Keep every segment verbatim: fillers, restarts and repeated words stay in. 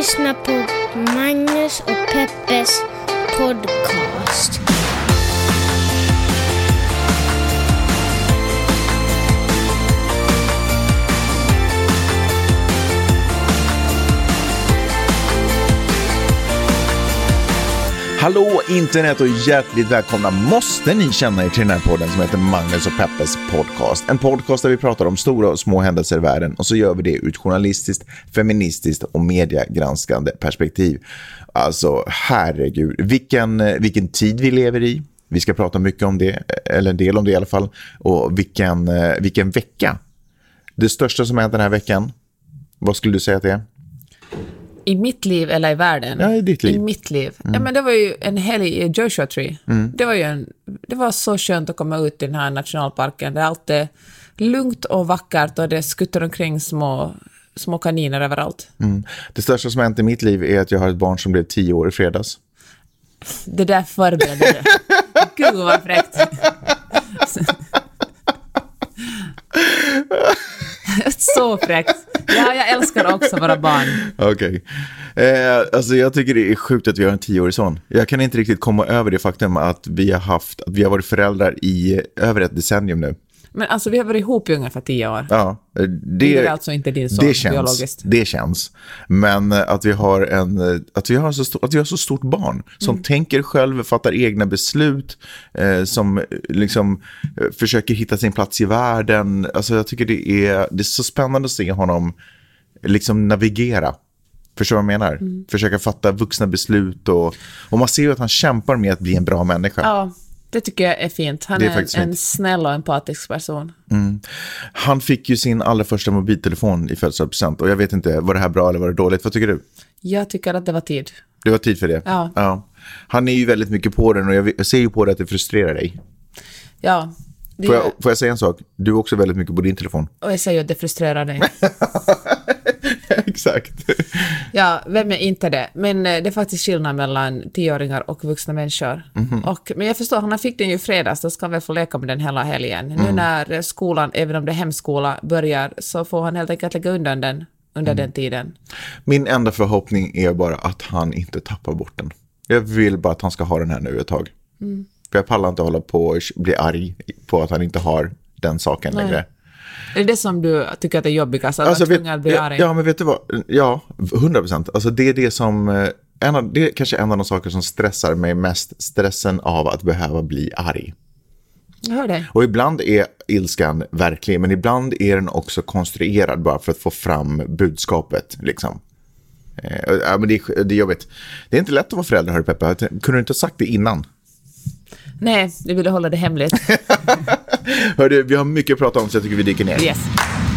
lyssnar på Magnus och Peppes podcast. Hallå internet och hjärtligt välkomna måste ni känna er till den här podden som heter Magnus och Peppes podcast. En podcast där vi pratar om stora och små händelser i världen och så gör vi det ur ett journalistiskt, feministiskt och mediegranskande perspektiv. Alltså herregud, vilken, vilken tid vi lever i. Vi ska prata mycket om det, eller en del om det i alla fall. Och vilken, vilken vecka. Det största som hänt den här veckan, vad skulle du säga att det är? I mitt liv eller i världen? Ja, i ditt liv. I mitt liv. Mm. Ja, men det var ju en helg i Joshua Tree. Mm. Det var ju en, det var så skönt att komma ut i den här nationalparken. Det är alltid lugnt och vackert och det skuttar omkring små, små kaniner överallt. Mm. Det största som hänt i mitt liv är att jag har ett barn som blev tio år i fredags. Det där förberedde det. Gud vad fräckt. Så fräckt. Ja, jag älskar också våra barn. Okej. Okay. Eh, alltså jag tycker det är sjukt att vi har en tioårig son. Jag kan inte riktigt komma över det faktum att vi har haft, att vi har varit föräldrar i över ett decennium nu. Men alltså vi har varit ihop i ungefär tio år. Ja, det, det är alltså inte din son det känns, biologiskt. Det känns. Men att vi har en att vi har så stor, att vi har så stort barn som mm. tänker själv, fattar egna beslut, eh, som liksom eh, försöker hitta sin plats i världen. Alltså jag tycker det är det är så spännande att se honom liksom navigera. Förstår vad jag menar? Mm. Försöka fatta vuxna beslut och och man ser ju att han kämpar med att bli en bra människa. Ja. Det tycker jag är fint. Han är, är en, en snäll och empatisk person. Mm. Han fick ju sin allra första mobiltelefon i födelsedagspresent. Och jag vet inte, var det här bra eller var det dåligt? Vad tycker du? Jag tycker att det var tid. Det var tid för det? Ja. ja. Han är ju väldigt mycket på den och jag ser ju på det att det frustrerar dig. Ja. Det får, jag, får jag säga en sak? Du är också väldigt mycket på din telefon. Och jag säger att det frustrerar dig. Exakt. Ja, vem är inte det? Men det är faktiskt skillnad mellan tioåringar och vuxna människor. Mm-hmm. Och, men jag förstår, han fick den ju fredags, då ska han väl få leka med den hela helgen. Mm. Nu när skolan, även om det är hemskola, börjar så får han helt enkelt lägga undan den under mm. den tiden. Min enda förhoppning är bara att han inte tappar bort den. Jag vill bara att han ska ha den här nu ett tag. Mm. För jag pallar inte hålla på och bli arg på att han inte har den saken Nej. längre. Är det det som du tycker att är jobbigt? Alltså, att alltså, vet, att bli ja, arg? ja, men vet du vad? Ja, hundra procent. Alltså det är det som... En av, det är kanske en av de saker som stressar mig mest. Stressen av att behöva bli arg. Jag hör det. Och ibland är ilskan verklig, men ibland är den också konstruerad bara för att få fram budskapet, liksom. Eh, ja, men det är, det är jobbigt. Det är inte lätt att vara förälder, hör du Peppa. Kunde du inte ha sagt det innan? Nej, du ville hålla det hemligt. Hörru, vi har mycket att prata om så jag tycker vi dyker ner. Yes.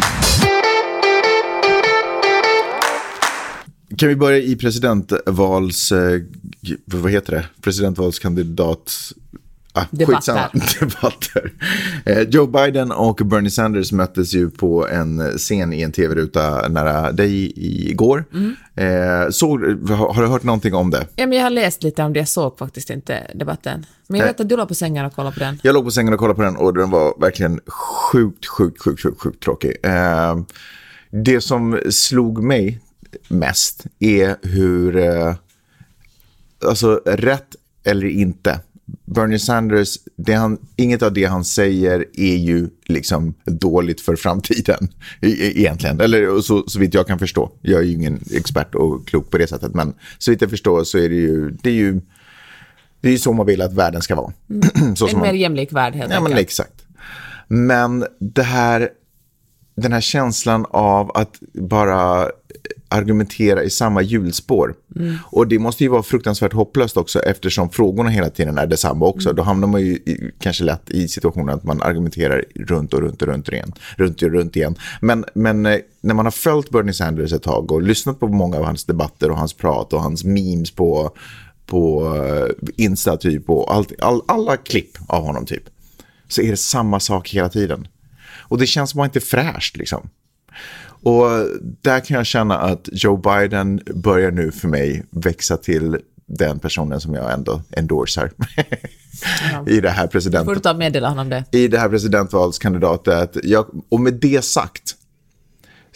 Kan vi börja i presidentvals... Eh, vad heter det? Presidentvalskandidat... Ah, Debatter. Debatter. Eh, Joe Biden och Bernie Sanders möttes ju på en scen i en tv-ruta nära dig igår. Mm. Eh, så, har, har du hört någonting om det? Ja, men jag har läst lite om det. Jag såg faktiskt inte debatten. Men jag vet att du låg på sängen och kollade på den. Jag låg på sängen och kollade på den och den var verkligen sjukt, sjukt, sjukt, sjukt, sjukt tråkig. Eh, det som slog mig mest är hur... Eh, alltså, rätt eller inte... Bernie Sanders, det han, inget av det han säger är ju liksom dåligt för framtiden e- egentligen, eller så, så vitt jag kan förstå. Jag är ju ingen expert och klok på det sättet, men så vitt jag förstår så är det ju det är ju, det är ju så man vill att världen ska vara. Mm. så en som mer man, jämlik värld helt ja, enkelt. Men exakt. Men det här den här känslan av att bara argumentera i samma hjulspår. Mm. Och det måste ju vara fruktansvärt hopplöst också eftersom frågorna hela tiden är detsamma också. Mm. Då hamnar man ju i, kanske lätt i situationen att man argumenterar runt och runt och runt igen. Runt och runt igen. Men, men när man har följt Bernie Sanders ett tag och lyssnat på många av hans debatter och hans prat och hans memes på, på Insta typ och allt, all, alla klipp av honom typ, så är det samma sak hela tiden. Och det känns bara inte fräscht liksom. Och där kan jag känna att Joe Biden börjar nu för mig växa till den personen som jag ändå endorsar ja. i det här president. Får du ta meddela honom det? I det här presidentvalskandidatet. Jag, och med det sagt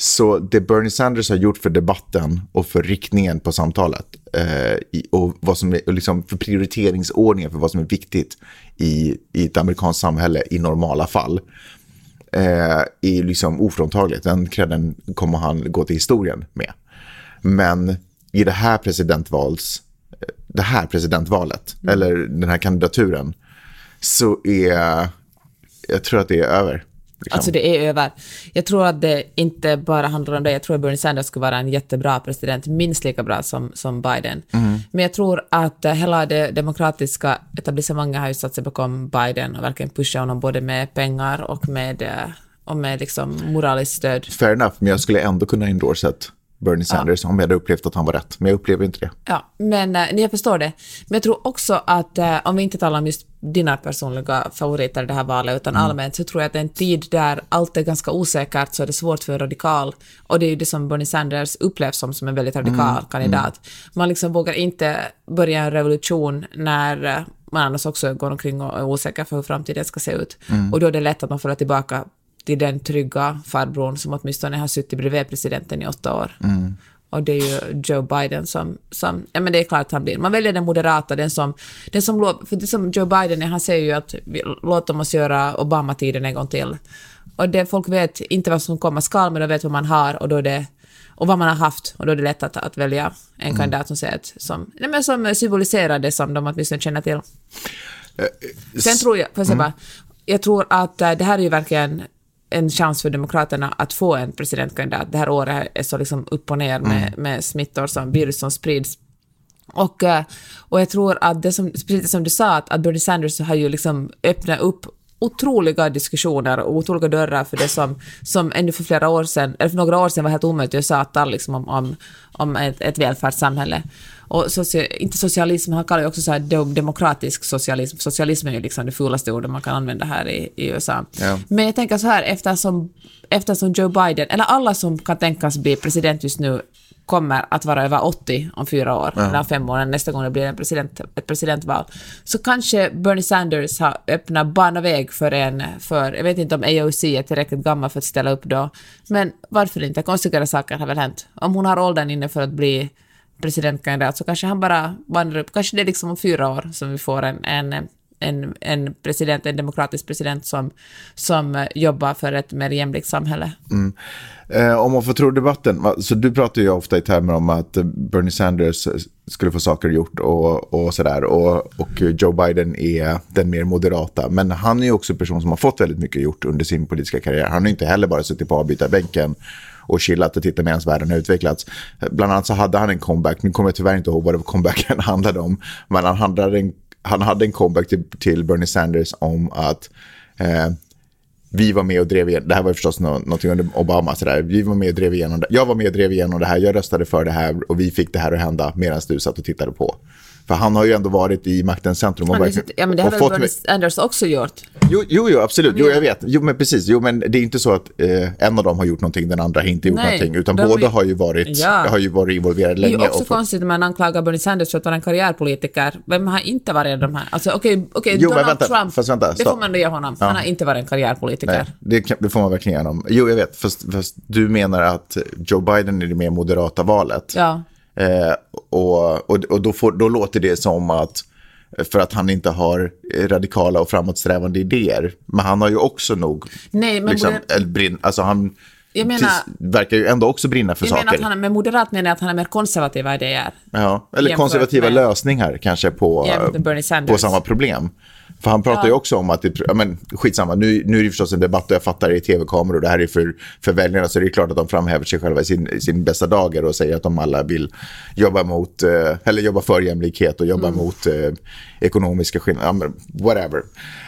Så det Bernie Sanders har gjort för debatten och för riktningen på samtalet eh, i, och vad som är liksom för prioriteringsordningen för vad som är viktigt i, i ett amerikanskt samhälle i normala fall eh, är liksom ofråntagligt. Den kredden kommer han gå till historien med. Men i det här presidentvals det här presidentvalet mm. eller den här kandidaturen så är jag tror att det är över. Liksom. Alltså det är över. Jag tror att det inte bara handlar om det. Jag tror att Bernie Sanders skulle vara en jättebra president, minst lika bra som, som Biden. Mm. Men jag tror att uh, hela det demokratiska etablissemanget har ju satt sig bakom Biden och verkligen pushat honom både med pengar och med, uh, och med liksom moraliskt stöd. Fair enough, men jag skulle ändå kunna endorsa Bernie Sanders ja. om jag hade upplevt att han var rätt. Men jag upplever inte det. Ja, men uh, jag förstår det. Men jag tror också att uh, om vi inte talar om just dina personliga favoriter i det här valet utan mm. allmänt så tror jag att det är en tid där allt är ganska osäkert så är det svårt för en radikal och det är ju det som Bernie Sanders upplevs som som en väldigt radikal mm. kandidat. Man liksom vågar inte börja en revolution när uh, man annars också går omkring och är osäker för hur framtiden ska se ut. Mm. Och då är det lätt att man får tillbaka till den trygga farbrorn som åtminstone har suttit bredvid presidenten i åtta år. Mm. Och det är ju Joe Biden som, som ja men det är klart att han blir. Man väljer den moderata, den som, den som, för det som Joe Biden är, han säger ju att vi, låt dem oss göra Obama-tiden en gång till. Och det folk vet inte vad som kommer skall, men de vet vad man har och då är det, och vad man har haft och då är det lätt att, att välja en mm. kandidat som säger att, som, nej men som symboliserar det som de åtminstone känner till. Sen tror jag, för att säga bara, jag tror att det här är ju verkligen en chans för demokraterna att få en presidentkandidat. Det här året är så liksom upp och ner med, mm. med smittor som virus som sprids. Och, och jag tror att det som, precis som du sa, att, att Bernie Sanders har ju liksom öppnat upp otroliga diskussioner och otroliga dörrar för det som, som ännu för flera år sedan, eller för några år sedan var helt omöjligt att säga liksom om, om, om ett, ett välfärdssamhälle. Och socia, inte socialism, han kallar ju också så här demokratisk socialism. Socialism är ju liksom det fulaste ordet man kan använda här i, i U S A. Ja. Men jag tänker så här, eftersom, eftersom Joe Biden, eller alla som kan tänkas bli president just nu, kommer att vara över åttio om fyra år, ja. eller fem år, nästa gång det blir en president, ett presidentval, så kanske Bernie Sanders har öppnat banaväg för en, för, jag vet inte om A O C är tillräckligt gammal för att ställa upp då, men varför inte? Konstigare saker har väl hänt. Om hon har åldern inne för att bli presidentkandidat så kanske han bara vandrar upp, kanske det är liksom om fyra år som vi får en, en En, en president, en demokratisk president som, som jobbar för ett mer jämlikt samhälle. Mm. Eh, om man får tro debatten, så du pratar ju ofta i termer om att Bernie Sanders skulle få saker gjort och, och sådär, och, och Joe Biden är den mer moderata, men han är ju också en person som har fått väldigt mycket gjort under sin politiska karriär. Han har inte heller bara suttit på avbytarbänken och chillat och tittat medan världen har utvecklats. Bland annat så hade han en comeback, nu kommer jag tyvärr inte ihåg vad det var comebacken handlade om, men han handlade en Han hade en comeback till, till Bernie Sanders om att eh, vi var med och drev igenom, det här var förstås något, något under Obama, så där. Vi var med och drev igenom det. Jag var med och drev igenom det här, jag röstade för det här och vi fick det här att hända medan du satt och tittade på. För han har ju ändå varit i maktens centrum. Och verkligen, ja, men det har väl Bernie Sanders också gjort? Jo, jo, jo absolut. Jo, jag vet. Jo, men precis. Jo, men det är inte så att eh, en av dem har gjort någonting, den andra har inte gjort Nej, någonting. Utan båda är... har ju varit, ja. har ju varit involverade länge. Det är också och för... konstigt när man anklagar Bernie Sanders för att vara en karriärpolitiker. Vem har inte varit de här? Alltså, okej, okay, okay, Donald vänta, Trump, fast vänta, det får man då ge honom. Ja. Han har inte varit en karriärpolitiker. Nej, det, kan, det får man verkligen ge honom. Jo, jag vet. Fast, fast du menar att Joe Biden är det mer moderata valet. Ja. Eh, och och, och då, får, då låter det som att för att han inte har radikala och framåtsträvande idéer, men han har ju också nog Nej, men liksom, moder... brinn, alltså han jag menar, verkar ju ändå också brinna för jag saker. Menar att han, med moderat menar jag att han är mer konservativa idéer. Ja, eller konservativa med... lösningar kanske på, på samma problem. För han pratar ja. ju också om att det, ja, men skitsamma, nu, nu är det förstås en debatt och jag fattar det i tv-kameror och det här är för, för väljarna, så det är klart att de framhäver sig själva i sin, i sin bästa dagar och säger att de alla vill jobba mot, eh, eller jobba för jämlikhet och jobba mm. mot eh, ekonomiska skillnader, ja, men whatever.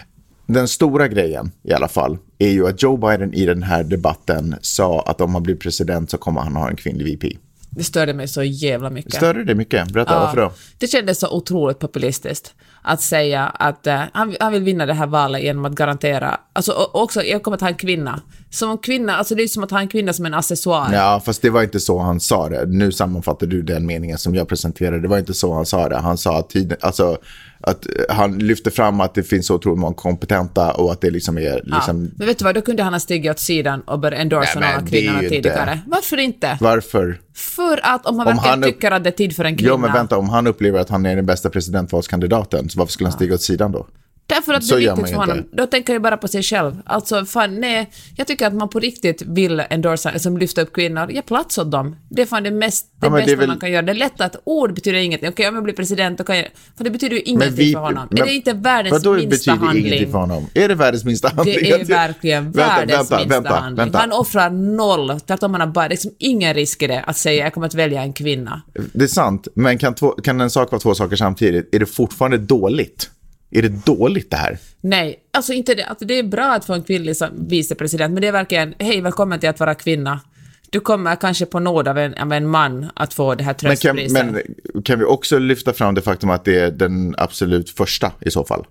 Den stora grejen i alla fall är ju att Joe Biden i den här debatten sa att om han blir president så kommer han ha en kvinnlig V P. Det störde mig så jävla mycket. Störde det mycket? Berätta, ja, varför då? Det kändes så otroligt populistiskt att säga att uh, han, han vill vinna det här valet genom att garantera, alltså och, också, jag kommer att ha en kvinna. Som en kvinna, alltså det är som att ha en kvinna som en accessoar. Ja, fast det var inte så han sa det. Nu sammanfattar du den meningen som jag presenterade. Det var inte så han sa det. Han sa att tiden, alltså att han lyfter fram att det finns så otroligt många kompetenta och att det liksom är liksom... Ja, men vet du vad, då kunde han ha stigit åt sidan och börjat endorsa några av kvinnorna tidigare. Inte... Varför inte? Varför? För att om han om verkligen han upp... tycker att det är tid för en kvinna... Jo, men vänta, om han upplever att han är den bästa presidentvalskandidaten, så varför skulle han stiga åt sidan då? Därför att så det är viktigt för honom. Inte. Då tänker jag bara på sig själv. Alltså, fan, nej. Jag tycker att man på riktigt vill endorsa, som lyfter upp kvinnor. Ge plats åt dem. Det är fan det, mest, det ja, bästa det väl... man kan göra. Det är lätt att ord betyder ingenting. Okej, om jag blir president, då kan jag... För det betyder ju ingenting vi... för honom. Men... Är det inte världens minsta handling? Vadå betyder ingenting för honom? Är det världens minsta handling? Det är verkligen världens vänta, minsta vänta, handling. Vänta. Han offrar noll. Tvärtom, man har bara liksom ingen risk i det att säga jag kommer att välja en kvinna. Det är sant, men kan, två, kan en sak vara två saker samtidigt? Är det fortfarande dåligt? Är det dåligt det här? Nej, alltså inte det. Alltså det är bra att få en kvinnlig vicepresident, men det är verkligen, hej, välkommen till att vara kvinna. Du kommer kanske på nåd av en, av en man att få det här tröstpriset. Men kan, men kan vi också lyfta fram det faktum att det är den absolut första i så fall?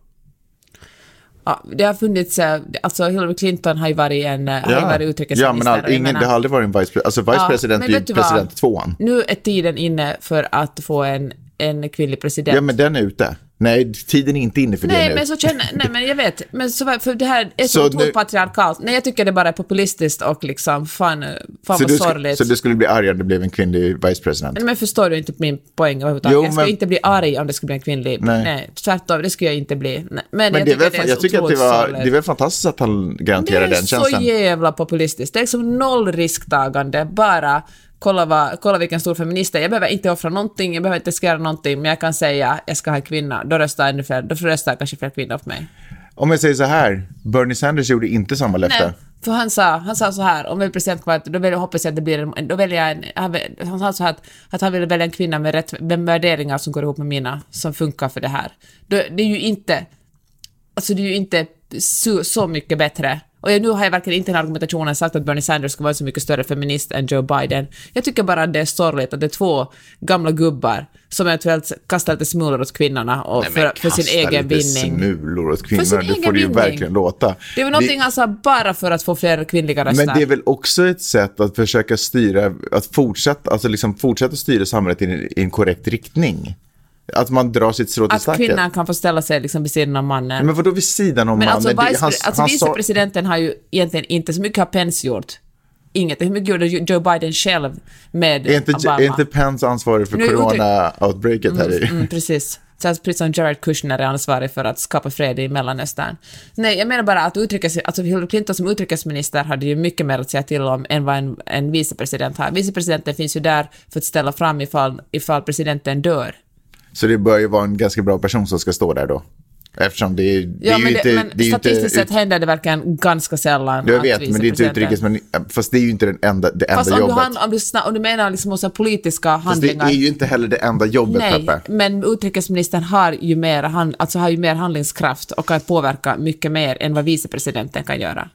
Ja, det har funnits, alltså Hillary Clinton har ju varit en ja. har ju varit utrikesminister. Ja, men all, ingen, menar, det har aldrig varit en vicepresident. Alltså vicepresident ja, är president tvåan. Nu är tiden inne för att få en, en kvinnlig president. Ja, men den är ute. Nej, tiden är inte inne för nej, det nu. Men så känner, nej, men jag vet. Men så, för det här är så, så nu, patriarkalt. Nej, jag tycker det bara är populistiskt och liksom fan, fan så vad sorgligt. Så du skulle bli arg om det blev en kvinnlig vicepresident? Men förstår du inte min poäng överhuvudtaget? Jo, jag skulle men... inte bli arg om det skulle bli en kvinnlig. Nej, nej tvärtom, det skulle jag inte bli. Nej, men, men jag, det väl, det är jag tycker att det var, det är väl fantastiskt att han garanterar den tjänsten. Det är så jävla populistiskt. Det är liksom noll risktagande, bara... Kolla, vad, kolla vilken stor feminist jag behöver inte offra någonting, jag behöver inte skriva någonting, men jag kan säga jag ska ha kvinna, då röstar ännu fler, då röstar kanske fler kvinnor på mig. Om jag säger så här, Bernie Sanders gjorde inte samma löfte. Nej, för han sa, han sa så här, om jag är president, då vill jag hoppas att det blir en, då väljer jag en, han, han sa så här att, att han vill välja en kvinna med rätt med värderingar som går ihop med mina, som funkar för det här. Då, det är ju inte, alltså det är ju inte så, så mycket bättre. Och nu har jag verkligen inte en argumentationen sagt att Bernie Sanders ska vara så mycket större feminist än Joe Biden. Jag tycker bara att det är sorgligt att det är två gamla gubbar som eventuellt kastar lite smulor åt kvinnorna och Nej, för, för sin egen vinning. Smulor åt kvinnor, det får det ju verkligen låta. Det är väl någonting det... alltså bara för att få fler kvinnliga röster. Men det är väl också ett sätt att försöka styra, att fortsätta, alltså liksom fortsätta styra samhället i en, i en korrekt riktning. Att man drar sitt strå till stacket. Att kvinnan kan få ställa sig liksom vid sidan av mannen. Men vadå vid sidan av mannen? Alltså, men vice, hans, alltså hans vicepresidenten har ju egentligen inte så mycket har Pence gjort. Inget. Hur mycket gjorde Joe Biden själv med är inte, Obama? Är inte Pence ansvarig för corona-outbreaket mm, här i? Mm, precis. Så precis som Jared Kushner är ansvarig för att skapa fred i Mellanöstern. Nej, jag menar bara att utrikes, alltså Hillary Clinton som utrikesminister hade ju mycket mer att säga till om än vad en, en vicepresident har. Vicepresidenten finns ju där för att ställa fram ifall, ifall presidenten dör. Så det bör ju vara en ganska bra person som ska stå där då. Eftersom det är, det ja, är ju men inte... Det, men det är statistiskt inte, sett händer det verkligen ganska sällan. Jag vet, men det är inte utrikes, men fast det är ju inte den enda, det enda fast om jobbet. Fast om, du, om du menar liksom också politiska handlingar... Fast det är ju inte heller det enda jobbet, Nej, Peppe. Men utrikesministern har ju, mer, han, alltså har ju mer handlingskraft och kan påverka mycket mer än vad vicepresidenten kan göra.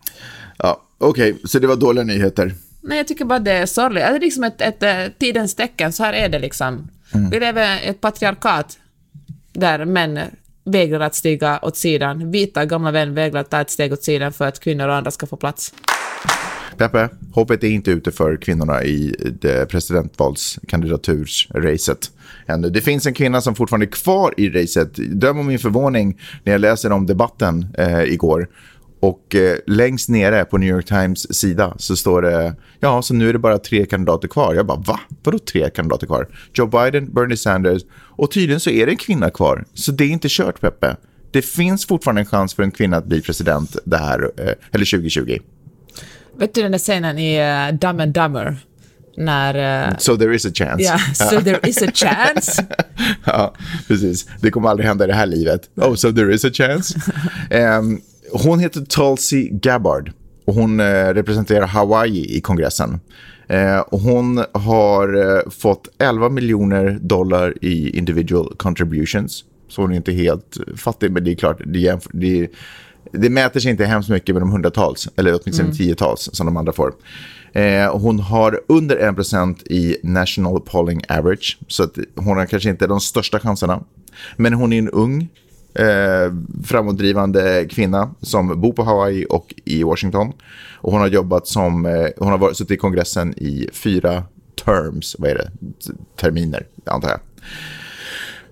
Ja, okej. Okay, så det var dåliga nyheter. Nej, jag tycker bara det är sorgligt. Det är liksom ett, ett, ett tidens tecken, så här är det liksom. Mm. Vi lever ett patriarkat där män vägrar att stiga åt sidan. Vita gamla vän vägrar att ta ett steg åt sidan för att kvinnor och andra ska få plats. Peppe, hoppet är inte ute för kvinnorna i det presidentvalskandidatursracet ännu. Det finns en kvinna som fortfarande är kvar i racet. Döm om min förvåning när jag läser om debatten eh, igår. Och eh, längst nere på New York Times sida så står det, ja, så nu är det bara tre kandidater kvar. Jag bara, va? Vadå tre kandidater kvar? Joe Biden, Bernie Sanders, och tydligen så är det en kvinna kvar. Så det är inte kört, Peppe. Det finns fortfarande en chans för en kvinna att bli president det här, eh, eller tjugo tjugo. Vet du den där scenen i uh, Dumb and Dumber? När, uh... So there is a chance. Ja, yeah, so there is a chance. Ja, precis. Det kommer aldrig hända i det här livet. Oh, so there is a chance. um, Hon heter Tulsi Gabbard och hon eh, representerar Hawaii i kongressen. Eh, och hon har eh, fått elva miljoner dollar i individual contributions. Så hon är inte helt fattig, men det är klart, det, det, det mäter sig inte hemskt mycket med de hundratals, eller åtminstone mm. tiotals som de andra får. Eh, hon har under en procent i national polling average, så att hon har kanske inte de största chanserna. Men hon är en ung, Eh, framåtdrivande kvinna som bor på Hawaii och i Washington, och hon har jobbat som eh, hon har varit suttit i kongressen i fyra terms, vad är det? Terminer, antar jag.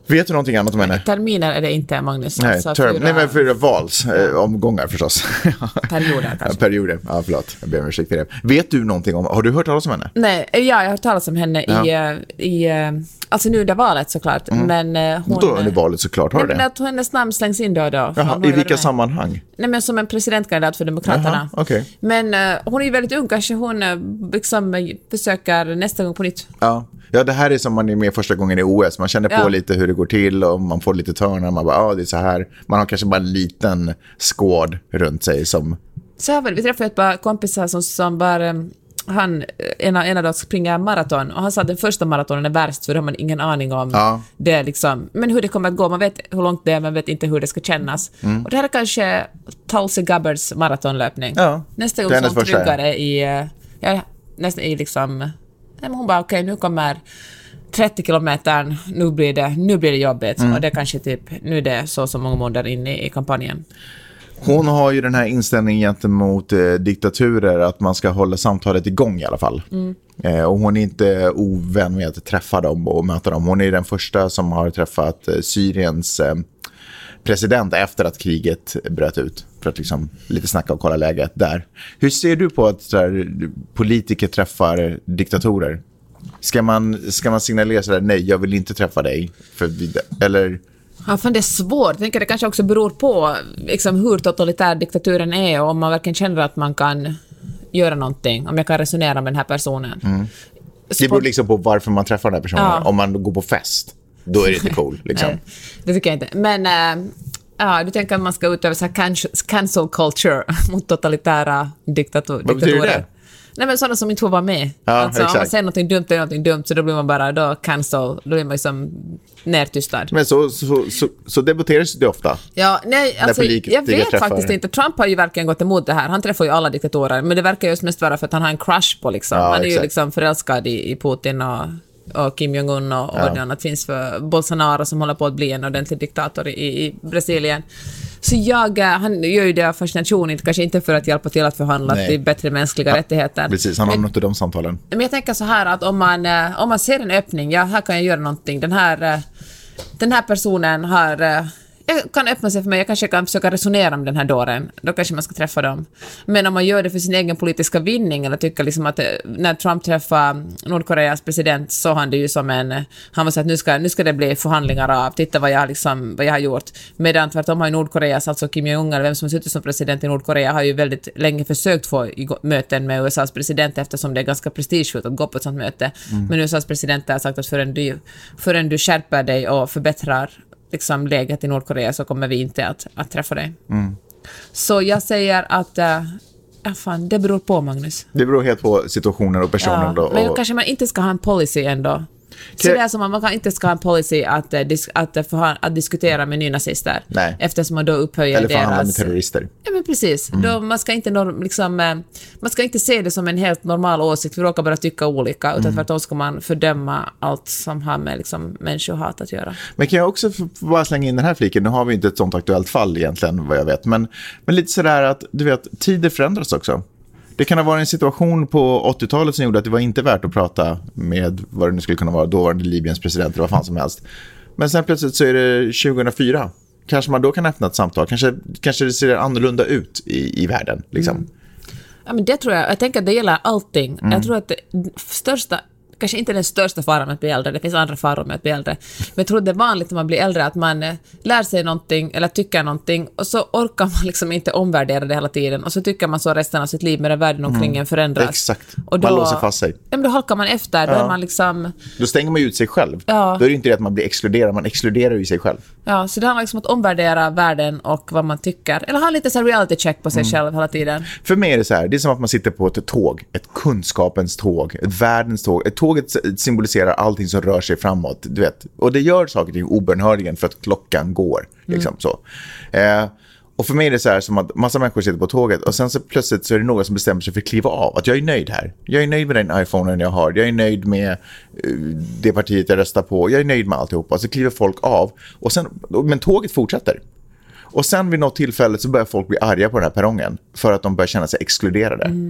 Vet du någonting annat om henne? Terminer är det inte, Magnus. Nej, alltså term, fyra... nej men fyra vals, eh, omgångar förstås. Perioder kanske. Ja, perioder, ja förlåt, jag ber om ursäkt för det. Vet du någonting om, har du hört talas om henne? Nej, ja, jag har hört talas om henne ja. i, i, alltså nu under valet såklart, mm. men hon... Då under valet såklart, har nej, du det? Men att hennes namn slängs in då och då. Jaha, i vilka sammanhang? Nej, men som en presidentkandidat för Demokraterna. Jaha, okay. Men uh, hon är ju väldigt ung, kanske hon uh, liksom försöker nästa gång på nytt. Ja. Ja, det här är som man är med första gången i O S. Man känner på ja. lite hur det går till och man får lite törnar. Man bara, ja, ah, det är så här. Man har kanske bara en liten skåd runt sig som... Så här, vi träffade ett par kompisar som, som bara... Han, ena, ena dag springer maraton och han sa att den första maratonen är värst för då har man ingen aning om ja. det liksom, men hur det kommer att gå, man vet hur långt det är, man vet inte hur det ska kännas. Mm. Och det här är kanske Tulsi Gabbards maratonlöpning. Ja. Nästa gång som tryggare i, ja, nästan i liksom, nej, men hon bara okej, okay, nu kommer trettio kilometer, nu blir det, nu blir det jobbigt mm. och det kanske typ, nu är det så som många månader in i, i kampanjen. Hon har ju den här inställningen gentemot eh, diktaturer att man ska hålla samtalet igång i alla fall. Mm. Eh, och hon är inte ovän med att träffa dem och möta dem. Hon är den första som har träffat eh, Syriens eh, president efter att kriget bröt ut. För att liksom lite snacka och kolla läget där. Hur ser du på att så här, politiker träffar diktatorer? Ska man, ska man signalera sådär, nej jag vill inte träffa dig? För, eller... Ja, fan det är svårt. Jag tänker det kanske också beror på liksom, hur totalitär diktaturen är och om man verkligen känner att man kan göra någonting. Om jag kan resonera med den här personen. Mm. Det beror liksom på varför man träffar den här personen. Ja. Om man går på fest, då är det inte cool. Liksom. Nej, det tycker jag inte. Men äh, ja, du tänker att man ska utöva så här cancel, cancel culture mot totalitära diktator, Vad diktatorer. betyder det? Nej, men sådana som inte får vara med. Ja, alltså, exakt. om man säger någonting dumt eller någonting dumt så då blir man bara då cancel, då blir man liksom nertystad. Men så, så, så, så debatteras det ofta. Ja, nej, alltså, jag vet träffar. faktiskt inte. Trump har ju verkligen gått emot det här. Han träffar ju alla diktatorer, men det verkar just mest vara för att han har en crush på liksom. Ja, han är exakt. ju liksom förälskad i, i Putin och, och Kim Jong-Un och, och ja. vad annat finns för Bolsonaro som håller på att bli en ordentlig diktator i, i Brasilien. Så jag, han gör ju det av fascination, kanske inte för att hjälpa till att förhandla till bättre mänskliga ja, rättigheter. Precis, han har men, något i de samtalen. Men jag tänker så här att om man, om man ser en öppning, ja, här kan jag göra någonting. Den här, den här personen har... Jag kan öppna sig för mig, jag kanske kan försöka resonera med den här dåren. Då kanske man ska träffa dem. Men om man gör det för sin egen politiska vinning eller tycker liksom att när Trump träffade Nordkoreas president så han det ju som en... Han var så att nu ska, nu ska det bli förhandlingar av, titta vad jag, liksom, vad jag har gjort. Medan tvärtom har ju Nordkoreas, alltså Kim Jong-Un eller vem som sitter som president i Nordkorea har ju väldigt länge försökt få möten med U S A:s president eftersom det är ganska prestigefullt att gå på ett sånt möte. Mm. Men U S A:s president har sagt att förrän du, förrän du skärper dig och förbättrar liksom läget i Nordkorea så kommer vi inte att, att träffa dig. Mm. Så jag säger att äh, ja, fan, det beror på, Magnus. Det beror helt på situationen och personen. Ja, då, och... Men kanske man inte ska ha en policy ändå. Så det är som att man kan inte ska ha en policy att, att, att, att diskutera med nynazister. Nej. Eftersom man då upphöjer eller deras... Eller förhandla med terrorister. Ja, men precis. Mm. Då man, ska inte norm, liksom, man ska inte se det som en helt normal åsikt. Vi råkar bara tycka olika. Utan mm. för att då ska man fördöma allt som har med liksom, människohat att göra. Men kan jag också bara slänga in den här fliken? Nu har vi inte ett sånt aktuellt fall egentligen, vad jag vet. Men, men lite sådär att, du vet, tider förändras också. Det kan ha varit en situation på åttiotalet som gjorde att det var inte värt att prata med vad det nu skulle kunna vara, dåvarande Libyens president eller vad fan som helst. Men sen plötsligt så är det tjugohundrafyra. Kanske man då kan öppna ett samtal. Kanske, kanske det ser annorlunda ut i, i världen. Liksom. Mm. Ja, men det tror jag. Jag tänker att det gäller allting. Mm. Jag tror att det största... Kanske inte den största faran med att bli äldre. Det finns andra faror med att bli äldre. Men jag tror att det är vanligt när man blir äldre att man lär sig någonting eller tycker någonting och så orkar man liksom inte omvärdera det hela tiden. Och så tycker man så resten av sitt liv med världen omkring en förändras. Exakt. Och då, man låser fast sig. Ja, men då halkar man efter. Då, ja. är man liksom, då stänger man ut sig själv. Ja. Då är det inte det att man blir exkluderad. Man exkluderar ju sig själv. Ja, så det handlar liksom om att omvärdera världen och vad man tycker. Eller ha lite så här reality check på sig mm. själv hela tiden. För mig är det så här. Det är som att man sitter på ett tåg. Ett kunskapens tåg. Ett världens tåg. Ett tåget symboliserar allting som rör sig framåt, du vet. Och det gör saker till obönhörligen för att klockan går. Liksom, mm. så. Eh, och för mig är det så här som att massa människor sitter på tåget och sen så plötsligt så är det någon som bestämmer sig för att kliva av. Att jag är nöjd här. Jag är nöjd med den iPhonen jag har. Jag är nöjd med uh, det partiet jag röstar på. Jag är nöjd med alltihopa. Så kliver folk av. Och sen, men tåget fortsätter. Och sen vid något tillfälle så börjar folk bli arga på den här perrongen för att de börjar känna sig exkluderade. Mm.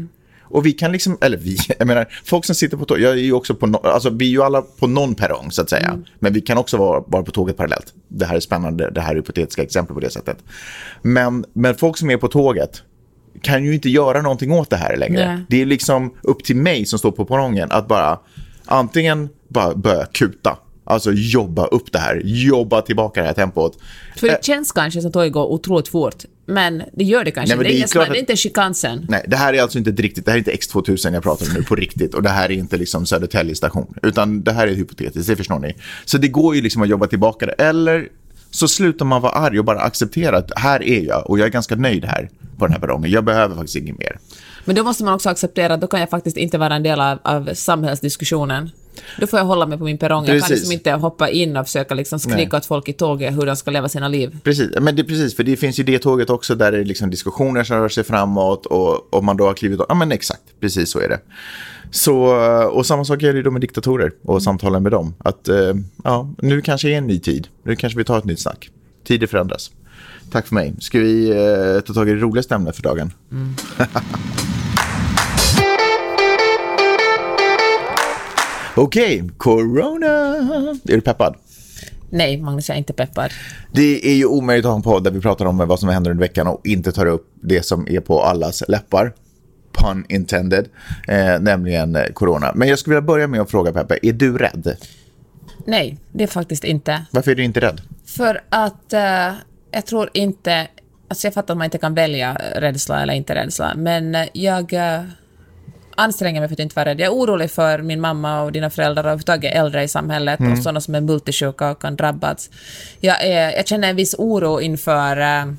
Och vi kan liksom, eller vi, jag menar, folk som sitter på tåg, jag är ju också på, no, alltså vi är ju alla på någon perrong så att säga. Mm. Men vi kan också vara, vara på tåget parallellt. Det här är spännande, det här är hypotetiska exempel på det sättet. Men, men folk som är på tåget kan ju inte göra någonting åt det här längre. Nej. Det är liksom upp till mig som står på perrongen att bara antingen bara börja kuta. Alltså jobba upp det här, jobba tillbaka det här tempot. För det känns kanske som att det går otroligt fort, men det gör det kanske. Nej, det, det, är klart att, det är inte chikansen. Nej, det här är alltså inte riktigt, det här är inte X tvåtusen jag pratar om nu på riktigt, och det här är inte liksom Södertälje station, utan det här är hypotetiskt, det förstår ni. Så det går ju liksom att jobba tillbaka det, eller så slutar man vara arg och bara acceptera att här är jag, och jag är ganska nöjd här på den här perrongen, jag behöver faktiskt inget mer. Men då måste man också acceptera att då kan jag faktiskt inte vara en del av, av samhällsdiskussionen. Då får jag hålla mig på min perrong. Jag kan liksom inte hoppa in och försöka liksom skrika åt folk i tåget hur de ska leva sina liv. Precis, men det är precis, för det finns ju det tåget också där det är liksom diskussioner som rör sig framåt, och, och man då har klivit, ja men exakt, precis så är det. Så, och samma sak är det då med diktatorer och mm. samtalen med dem. Att ja, nu kanske är en ny tid. Nu kanske vi tar ett nytt snack. Tider förändras. Tack för mig. Ska vi eh, ta tag i det roligaste ämnet för dagen? Mm. Okej, okay, corona. Är du peppad? Nej, Magnus, jag är inte peppad. Det är ju omöjligt att ha en podd där vi pratar om vad som händer under veckan och inte tar upp det som är på allas läppar. Pun intended. Eh, nämligen corona. Men jag skulle vilja börja med att fråga Peppe, är du rädd? Nej, det är faktiskt inte. Varför är du inte rädd? För att eh, jag tror inte... Alltså jag fattar att man inte kan välja rädsla eller inte rädsla. Men jag... Eh, anstränger mig för att inte vara rädd. Jag är orolig för min mamma och dina föräldrar och överhuvudtaget äldre i samhället mm. och sådana som är multisjuka och kan drabbas. Jag, är, jag känner en viss oro inför äh,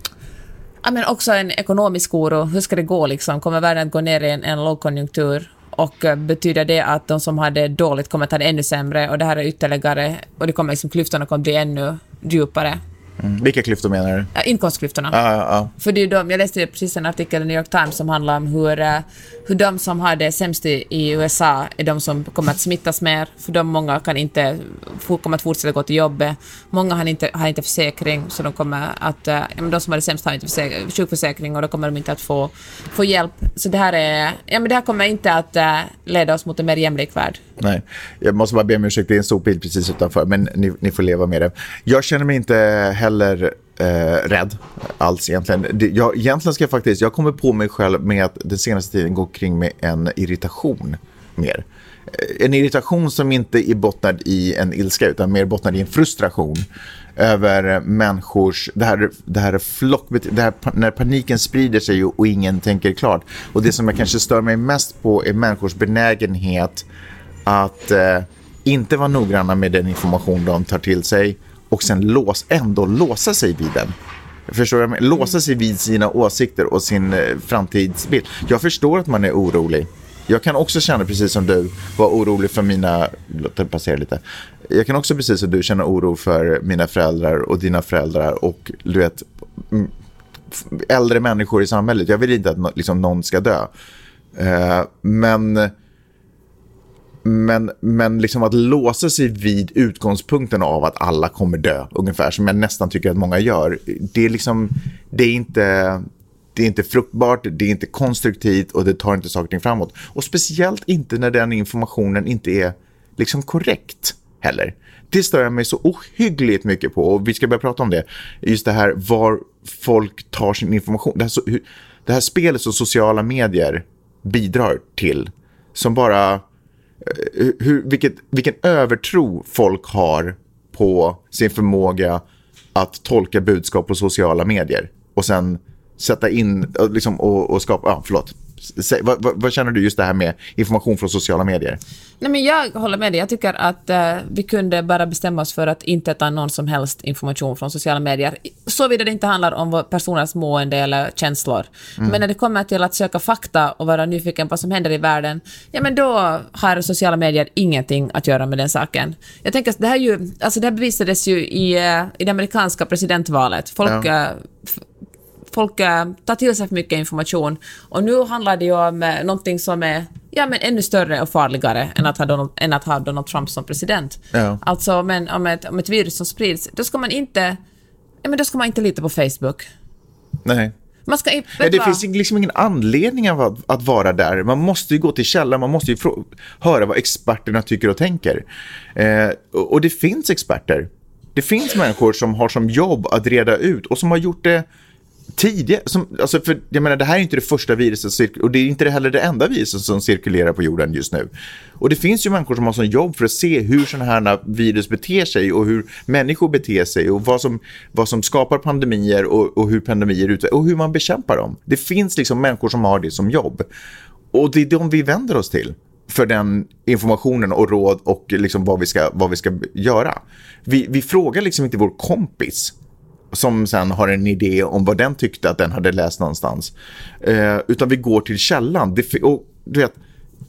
ja, men också en ekonomisk oro. Hur ska det gå liksom? Kommer världen att gå ner i en, en lågkonjunktur? Och äh, betyder det att de som hade dåligt kommer att ha det ännu sämre, och det här är ytterligare, och det kommer liksom, klyftorna kommer bli ännu djupare. Mm. Vilka klyftor menar du? Ja, inkomstklyftorna. Ah, ah, ah. För det är de, jag läste precis en artikel i New York Times som handlar om hur, hur de som har det sämst i, i U S A är de som kommer att smittas mer. För de många kan inte kommer att fortsätta gå till jobbet. Många har inte, har inte försäkring, så de kommer att, ja, men de som har det sämst har inte försäkring, sjukförsäkring, och då kommer de inte att få, få hjälp. Så det här, är, ja, men det här kommer inte att uh, leda oss mot en mer jämlik värld. Nej, jag måste bara be om ursäkt, det är en stor bild precis utanför, men ni, ni får leva med det. Jag känner mig inte heller eh, rädd alls egentligen. Det, jag, egentligen ska jag faktiskt, jag kommer på mig själv med att den senaste tiden går kring med en irritation mer. En irritation som inte är bottnad i en ilska, utan mer bottnad i en frustration över människors, det här, det här flock, det här, när paniken sprider sig och, och ingen tänker klart. Och det som jag kanske stör mig mest på är människors benägenhet att eh, inte vara noggranna med den information de tar till sig och sen lås, ändå låsa sig vid den. Förstår jag? Låsa sig vid sina åsikter och sin eh, framtidsbild. Jag förstår att man är orolig. Jag kan också känna, precis som du, vara orolig för mina... Låt det passera lite. Jag kan också, precis som du, känna oro för mina föräldrar och dina föräldrar och, du vet, äldre människor i samhället. Jag vill inte att liksom, någon ska dö. Uh, men... Men, men liksom att låsa sig vid utgångspunkten av att alla kommer dö, ungefär som jag nästan tycker att många gör, det är liksom, det är inte, det är inte fruktbart, det är inte konstruktivt och det tar inte saker och ting framåt. Och speciellt inte när den informationen inte är liksom korrekt heller. Det stör jag mig så ohyggligt mycket på, och vi ska börja prata om det. Just det här var folk tar sin information. Det här, så, det här spelet som sociala medier bidrar till, som bara... Hur, vilket, vilken övertro folk har på sin förmåga att tolka budskap på sociala medier och sen sätta in liksom, och, och skapa, ja förlåt Säg, vad, vad, vad känner du just det här med information från sociala medier? Nej, men jag håller med dig. Jag tycker att eh, vi kunde bara bestämma oss för att inte ta någon som helst information från sociala medier. Såvida det inte handlar om personers mående eller känslor. Mm. Men när det kommer till att söka fakta och vara nyfiken på vad som händer i världen, ja men då har sociala medier ingenting att göra med den saken. Jag tänker att det här, ju, alltså det här bevisades ju i, i det amerikanska presidentvalet. Folk... Ja. Eh, f- Folk äh, tar till sig för mycket information, och nu handlar det ju om äh, någonting som är ja, men ännu större och farligare än att ha Donald, än att ha Donald Trump som president. Ja. Alltså men, om, ett, om ett virus som sprids, då ska man inte ja, men då ska man inte lita på Facebook. Nej. Man ska, ja, det finns liksom ingen anledning av att, att vara där. Man måste ju gå till källan, man måste ju frå- höra vad experterna tycker och tänker. Eh, och, och det finns experter. Det finns människor som har som jobb att reda ut och som har gjort det tidigare. Som, alltså för, jag menar, det här är inte det första viruset cirk- och det är inte heller det enda viruset som cirkulerar på jorden just nu. Och det finns ju människor som har som jobb för att se hur sådana här virus beter sig och hur människor beter sig och vad som, vad som skapar pandemier och, och hur pandemier utvecklas och hur man bekämpar dem. Det finns liksom människor som har det som jobb. Och det är de vi vänder oss till för den informationen och råd och liksom vad vi ska, vad vi ska göra. Vi, vi frågar liksom inte vår kompis som sen har en idé om vad den tyckte att den hade läst någonstans. Eh, utan vi går till källan. Det, och, du vet,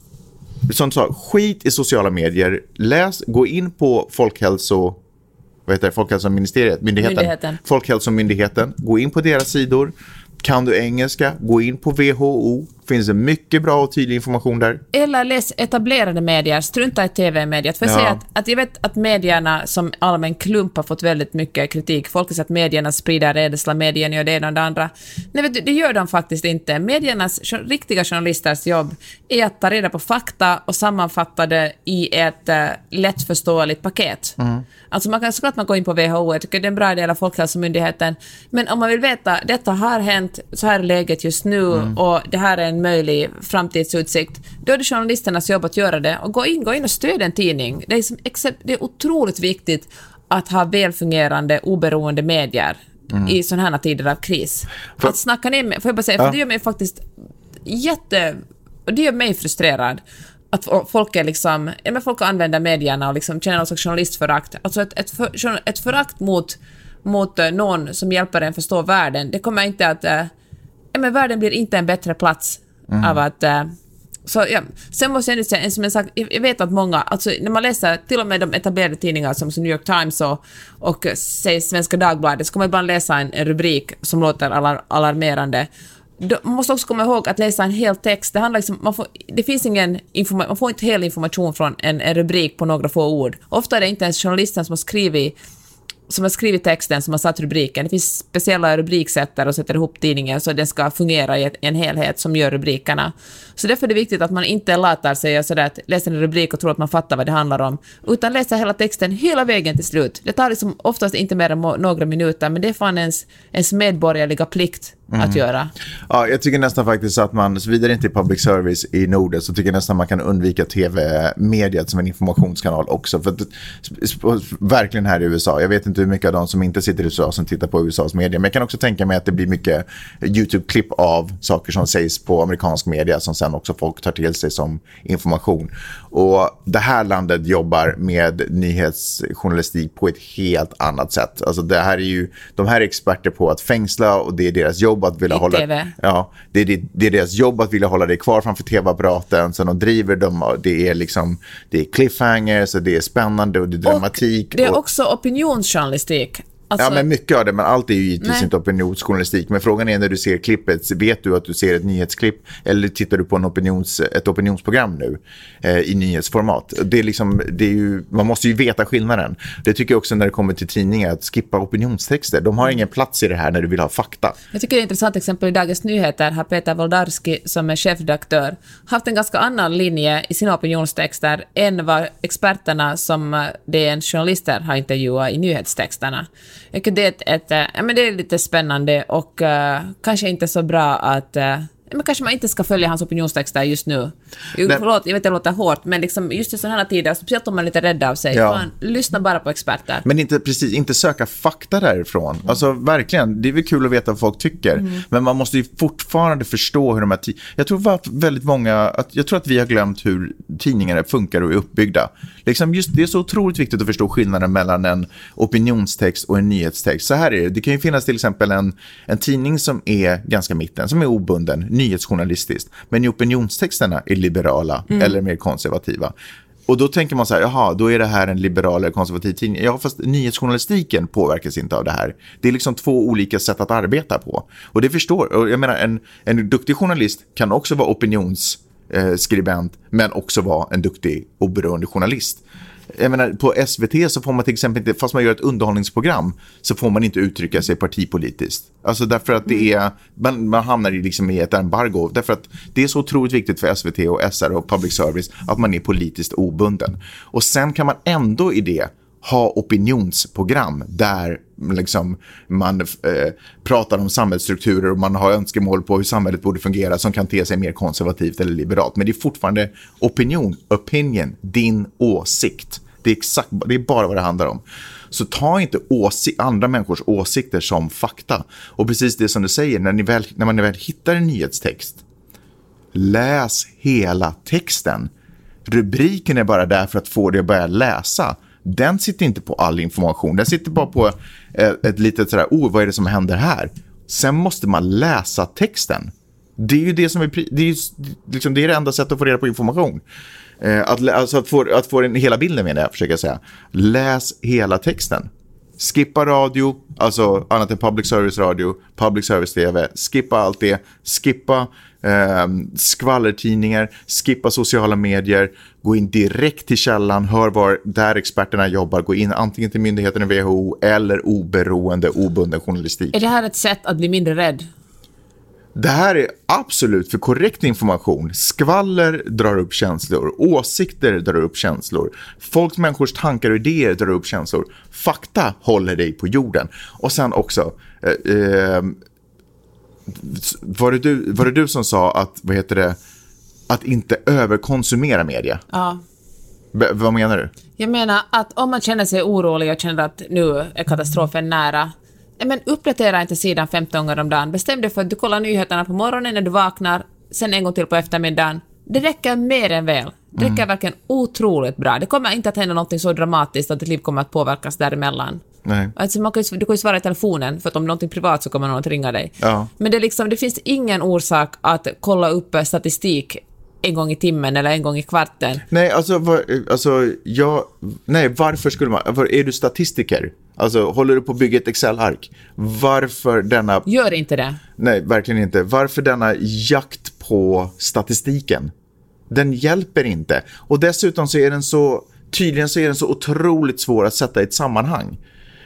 som sa, skit i sociala medier. Läs, gå in på folkhälso... Vad heter det? Folkhälsoministeriet? Myndigheten. Myndigheten. Folkhälsomyndigheten. Gå in på deras sidor. Kan du engelska? Gå in på W H O. Finns det mycket bra och tydlig information där. Eller läs etablerade medier, strunta i tv-mediet. För jag Ja. säger att, att jag vet att medierna som allmän klump har fått väldigt mycket kritik. Folk har sagt att medierna sprider rädsla, medierna gör det ena och det andra. Nej, vet du, det gör de faktiskt inte. Mediernas riktiga journalisters jobb är att ta reda på fakta och sammanfatta det i ett uh, lättförståeligt paket. Mm. Alltså man kan såklart man går in på W H O, jag tycker det är en bra del av Folkhälsomyndigheten. Men om man vill veta, detta har hänt, så här är läget just nu mm. och det här är en möjlig framtidsutsikt, då är det journalisternas jobb att göra det och gå in, gå in och stödja en tidning. Det är, som, det är otroligt viktigt att ha välfungerande, oberoende medier mm. i sådana här tider av kris. För, att snacka ner med, får jag bara säga, ja. för det gör mig faktiskt jätte, det gör mig frustrerad att folk är liksom, ja, men folk använder medierna och liksom känner någon slags journalistförakt. Alltså ett, ett, för, ett förakt mot, mot någon som hjälper en förstå världen, det kommer inte att, äh, ja, men världen blir inte en bättre plats mm. av att, äh, så ja. Sen måste jag nu säga, en som jag sagt, jag vet att många, alltså när man läser till och med de etablerade tidningar som, som New York Times och, och säg Svenska Dagbladet, så kommer man ibland läsa en, en rubrik som låter alar, alarmerande. Man måste också komma ihåg att läsa en hel text. Det handlar liksom, man får, det finns ingen informa- man får inte hel information från en, en rubrik på några få ord. Ofta är det inte ens journalisten som har skrivit som har skrivit texten som har satt rubriken. Det finns speciella rubriksättare och sätter ihop tidningen så att den ska fungera i ett, en helhet som gör rubrikerna. Så därför är det viktigt att man inte latar sig och sådär att läsa en rubrik och tror att man fattar vad det handlar om, utan läsa hela texten hela vägen till slut. Det tar liksom oftast inte mer än må- några minuter, men det är fan ens, ens medborgerliga plikt mm. att göra. Ja, jag tycker nästan faktiskt att man, så vidare inte i public service i Norden, så tycker jag nästan man kan undvika tv-mediet som en informationskanal också. För att, verkligen här i U S A, jag vet inte hur mycket av de som inte sitter i U S A som tittar på U S A:s media, men jag kan också tänka mig att det blir mycket YouTube-klipp av saker som sägs på amerikansk media som sen också folk tar till sig som information. Och det här landet jobbar med nyhetsjournalistik på ett helt annat sätt. Alltså det här är ju, de här är experter på att fängsla och det är deras jobb att vilja hålla, ja, det är, det, det är deras jobb att vilja hålla dig kvar framför tv-apparaten, så de driver dem, det är liksom, det är cliffhangers och det är spännande och det är dramatik. Och det är och, också opinionsjournalistik. Alltså, ja, men mycket av det, men allt är ju givetvis nej. inte opinionsjournalistik. Men frågan är när du ser klippet, vet du att du ser ett nyhetsklipp eller tittar du på en opinions, ett opinionsprogram nu eh, i nyhetsformat? Det är liksom, det är ju, man måste ju veta skillnaden. Det tycker jag också när det kommer till tidningar, att skippa opinionstexter. De har ingen plats i det här när du vill ha fakta. Jag tycker det är intressant exempel i Dagens Nyheter har Peter Wolodarski som är chefredaktör haft en ganska annan linje i sina opinionstexter än vad experterna som det är en journalister har intervjuat i nyhetstexterna. Jag tycker det är, ett, ett, ja, men det är lite spännande och uh, kanske inte så bra att... Uh, men kanske man inte ska följa hans opinionstexter just nu. Jag, förlåt, jag vet att det låter hårt, men liksom just i sådana här tider, speciellt om man är lite rädd av sig, ja. man, lyssna bara på experter. Men inte, precis, inte söka fakta därifrån. Mm. Alltså verkligen, det är väl kul att veta vad folk tycker. Mm. Men man måste ju fortfarande förstå hur de här... T- jag tror att väldigt många... Att, jag tror att vi har glömt hur tidningar funkar och är uppbyggda. Liksom just, det är så otroligt viktigt att förstå skillnaden mellan en opinionstext och en nyhetstext. Så här är det. Det kan ju finnas till exempel en, en tidning som är ganska mitten, som är obunden, nyhetsjournalistiskt. Men i opinionstexterna är liberala mm. eller mer konservativa. Och då tänker man så här, jaha, då är det här en liberal eller konservativ tidning. Ja, fast nyhetsjournalistiken påverkas inte av det här. Det är liksom två olika sätt att arbeta på. Och det förstår, och jag menar, en, en duktig journalist kan också vara opinionsskribent, men också vara en duktig oberoende journalist. Jag menar, på S V T så får man till exempel inte, fast man gör ett underhållningsprogram, så får man inte uttrycka sig partipolitiskt. Alltså därför att det är, man, man hamnar i, liksom i ett embargo. Därför att det är så otroligt viktigt för S V T och S R och public service att man är politiskt obunden. Och sen kan man ändå i det ha opinionsprogram där liksom man eh, pratar om samhällsstrukturer och man har önskemål på hur samhället borde fungera som kan te sig mer konservativt eller liberalt. Men det är fortfarande opinion, opinion, din åsikt. Det är exakt, det är bara vad det handlar om. Så ta inte åsi- andra människors åsikter som fakta. Och precis det som du säger, när, ni väl, när man väl hittar en nyhetstext, läs hela texten. Rubriken är bara där för att få dig att börja läsa. Den sitter inte på all information. Den sitter bara på ett, ett litet sådär, oh, vad är det som händer här? Sen måste man läsa texten. Det är ju det som är, det är, ju, liksom, det är det enda sättet att få reda på information. Eh, att, alltså att få, att få den hela bilden med det, jag försöker säga. Läs hela texten. Skippa radio, alltså annat än public service radio, public service tv. Skippa allt det. Skippa eh, skvallertidningar. Skippa sociala medier. Gå in direkt till källan. Hör var där experterna jobbar. Gå in antingen till myndigheterna W H O eller oberoende, obunden journalistik. Är det här ett sätt att bli mindre rädd? Det här är absolut för korrekt information. Skvaller drar upp känslor. Åsikter drar upp känslor. Folks människors tankar och idéer drar upp känslor. Fakta håller dig på jorden. Och sen också... Eh, eh, var, det du, var det du som sa att, vad heter det, att inte överkonsumera media? Ja. B- vad menar du? Jag menar att om man känner sig orolig och känner att nu är katastrofen nära... Men uppdatera inte sidan femton gånger om dagen. Bestäm dig för att du kollar nyheterna på morgonen när du vaknar, sen en gång till på eftermiddagen. Det räcker mer än väl. Det räcker mm. verkligen otroligt bra. Det kommer inte att hända något så dramatiskt att ditt liv kommer att påverkas däremellan. Nej. Alltså man kan ju, du kan ju svara i telefonen, för att om någonting privat så kommer någon att ringa dig. Ja. Men det, är liksom, det finns ingen orsak att kolla upp statistik en gång i timmen eller en gång i kvarten. Nej, alltså, var, alltså jag, nej, varför skulle man, var, är du statistiker? Alltså, håller du på att bygga ett Excel-ark? Varför denna... Gör inte det. Nej, verkligen inte. Varför denna jakt på statistiken? Den hjälper inte. Och dessutom så är den så, tydligen så är den så otroligt svår att sätta i ett sammanhang.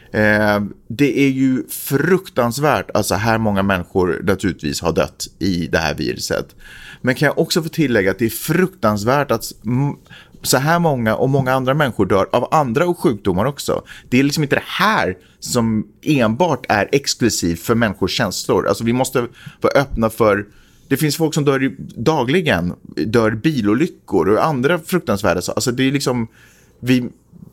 Eh, det är ju fruktansvärt, alltså här många människor naturligtvis har dött i det här viruset. Men kan jag också få tillägga att det är fruktansvärt att m- så här många och många andra människor dör av andra och sjukdomar också. Det är liksom inte det här som enbart är exklusivt för människors känslor. Alltså vi måste vara öppna för... Det finns folk som dör dagligen, dör bilolyckor och andra fruktansvärda. Alltså det är liksom... Vi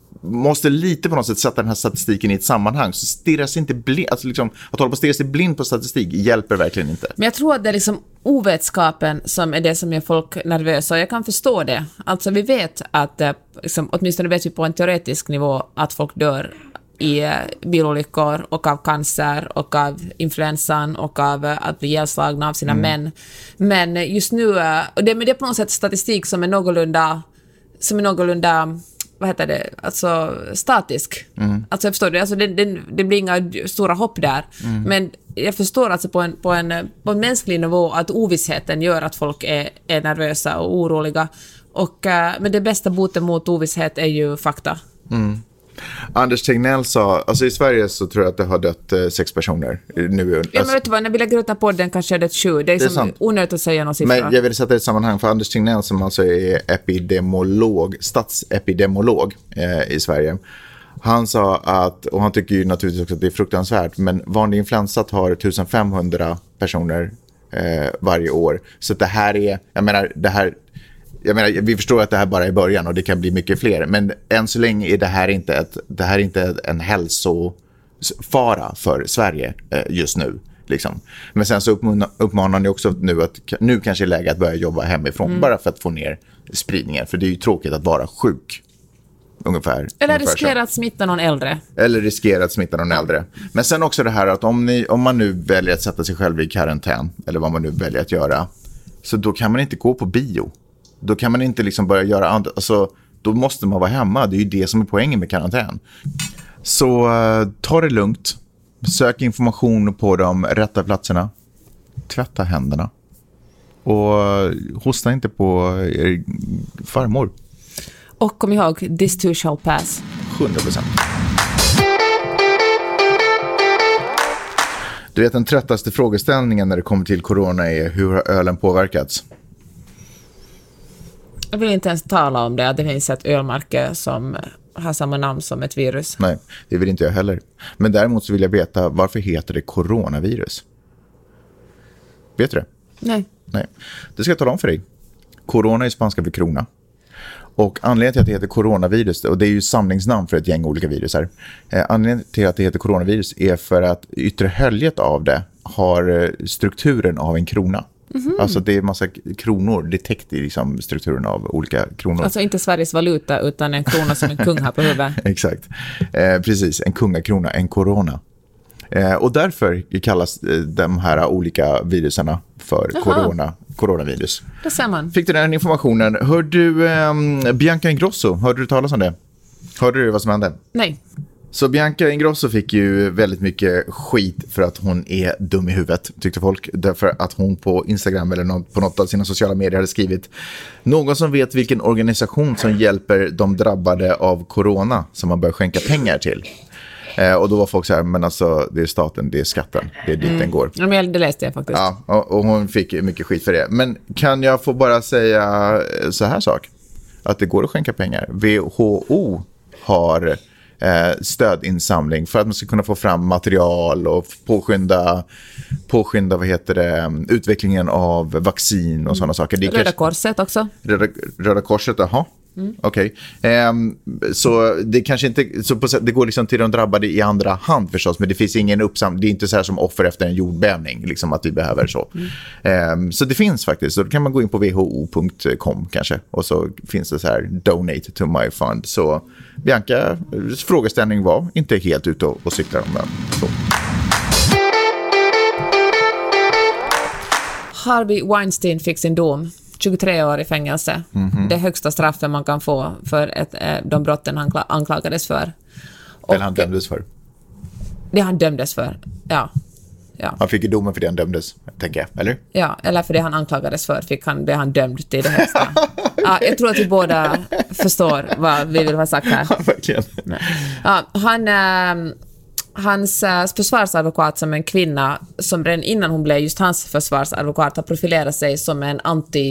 måste lite på något sätt sätta den här statistiken i ett sammanhang. Så stirras inte blind, alltså liksom, att hålla på att stirra sig blind på statistik hjälper verkligen inte. Men jag tror att det är liksom ovetskapen som är det som gör folk nervösa, och jag kan förstå det. Alltså vi vet att, liksom, åtminstone vet vi på en teoretisk nivå, att folk dör i bilolyckor och av cancer och av influensan och av att bli ihjälslagna av sina mm. män. Men just nu, och det, men det är på något sätt statistik som är någorlunda som är någorlunda vad heter det, alltså statisk. Mm. Alltså jag förstår det, alltså det, det, det blir inga stora hopp där. Mm. Men jag förstår alltså på en, på, en, på en mänsklig nivå att ovissheten gör att folk är, är nervösa och oroliga. Och, men det bästa boten mot ovisshet är ju fakta. Mm. Anders Tegnell sa, alltså i Sverige så tror jag att det har dött eh, sex personer nu. Alltså, ja, men vet du vad, när vi lägger ut den på den kanske är det sju. Det är, det är som onödigt att säga någon siffra. Men jag vill sätta det i ett sammanhang för Anders Tegnell som alltså är epidemiolog, statsepidemiolog eh, i Sverige. Han sa att, och han tycker ju naturligtvis också att det är fruktansvärt, men vanlig influensa tar femtonhundra personer eh, varje år. Så det här är, jag menar, det här... Jag menar, vi förstår att det här bara är början och det kan bli mycket fler. Men än så länge är det här inte, ett, det här inte en hälsofara för Sverige just nu. Liksom. Men sen så uppmanar ni också nu att nu kanske är läge att börja jobba hemifrån. Mm. Bara för att få ner spridningen. För det är ju tråkigt att vara sjuk. Ungefär. Eller riskera att smitta någon äldre. Eller riskera att smitta någon äldre. Men sen också det här att om, ni, om man nu väljer att sätta sig själv i karantän. Eller vad man nu väljer att göra. Så då kan man inte gå på bio. Då kan man inte liksom börja göra andra, alltså, då måste man vara hemma. Det är ju det som är poängen med karantän. Så uh, ta det lugnt. Sök information på de rätta platserna. Tvätta händerna. Och uh, hosta inte på er farmor. Och kom ihåg, this too shall pass. hundra procent. Du vet, den tröttaste frågeställningen när det kommer till corona är hur har ölen påverkats? Jag vill inte ens tala om det, att det finns ett ölmärke som har samma namn som ett virus. Nej, det vill inte jag heller. Men däremot så vill jag veta, varför heter det coronavirus? Vet du det? Nej. Nej, det ska jag tala om för dig. Corona är spanska för krona. Och anledningen till att det heter coronavirus, och det är ju samlingsnamn för ett gäng olika virus här. Eh, anledningen till att det heter coronavirus är för att yttre höljet av det har strukturen av en krona. Mm-hmm. Alltså det är en massa kronor, det täckt i liksom strukturen av olika kronor. Alltså inte Sveriges valuta utan en krona som en kung har på huvudet. Exakt, eh, precis, en kungakrona, en corona. Eh, och därför kallas eh, de här olika viruserna för corona, coronavirus. Det ser man. Fick du den informationen? Hör du eh, Bianca Ingrosso, hörde du talas om det? Hörde du vad som hände? Nej. Så Bianca Ingrosso fick ju väldigt mycket skit för att hon är dum i huvudet, tyckte folk. Därför att hon på Instagram eller något, på något av sina sociala medier hade skrivit: någon som vet vilken organisation som hjälper de drabbade av corona som man bör skänka pengar till. Eh, och då var folk så här, men alltså det är staten, det är skatten, det är dit mm. den går. Ja, men det läste jag faktiskt. Ja, och, och hon fick mycket skit för det. Men kan jag få bara säga så här sak? Att det går att skänka pengar. W H O har eh, stödinsamling för att man ska kunna få fram material och påskynda, påskynda vad heter det, utvecklingen av vaccin och sådana saker. Det Röda kanske, Korset också. Röda, Röda Korset, jaha. Mm. Okej, okay. um, så det kanske inte så på, det går liksom till de drabbade i andra hand förstås, men det finns ingen uppsamling, det är inte så här som offer efter en jordbävning liksom att vi behöver så. Mm. Um, så det finns faktiskt, så då kan man gå in på w h o punkt com kanske och så finns det så här donate to my fund. Så Bianca frågeställning var inte helt ute och, och cyklar om den. Så. Harvey Weinstein fick sin dom. tjugotre år i fängelse. Mm-hmm. Det högsta straffet man kan få för ett, de brotten han anklagades för. Och eller han dömdes för. Det han dömdes för, ja. ja. Han fick ju domen för det han dömdes, tänker jag, eller? Ja, eller för det han anklagades för fick han det han dömd till det högsta. Ja, jag tror att vi båda förstår vad vi vill ha sagt här. Ja, verkligen. Ja, han... Äh, Hans äh, försvarsadvokat som en kvinna som redan innan hon blev just hans försvarsadvokat har profilerat sig som en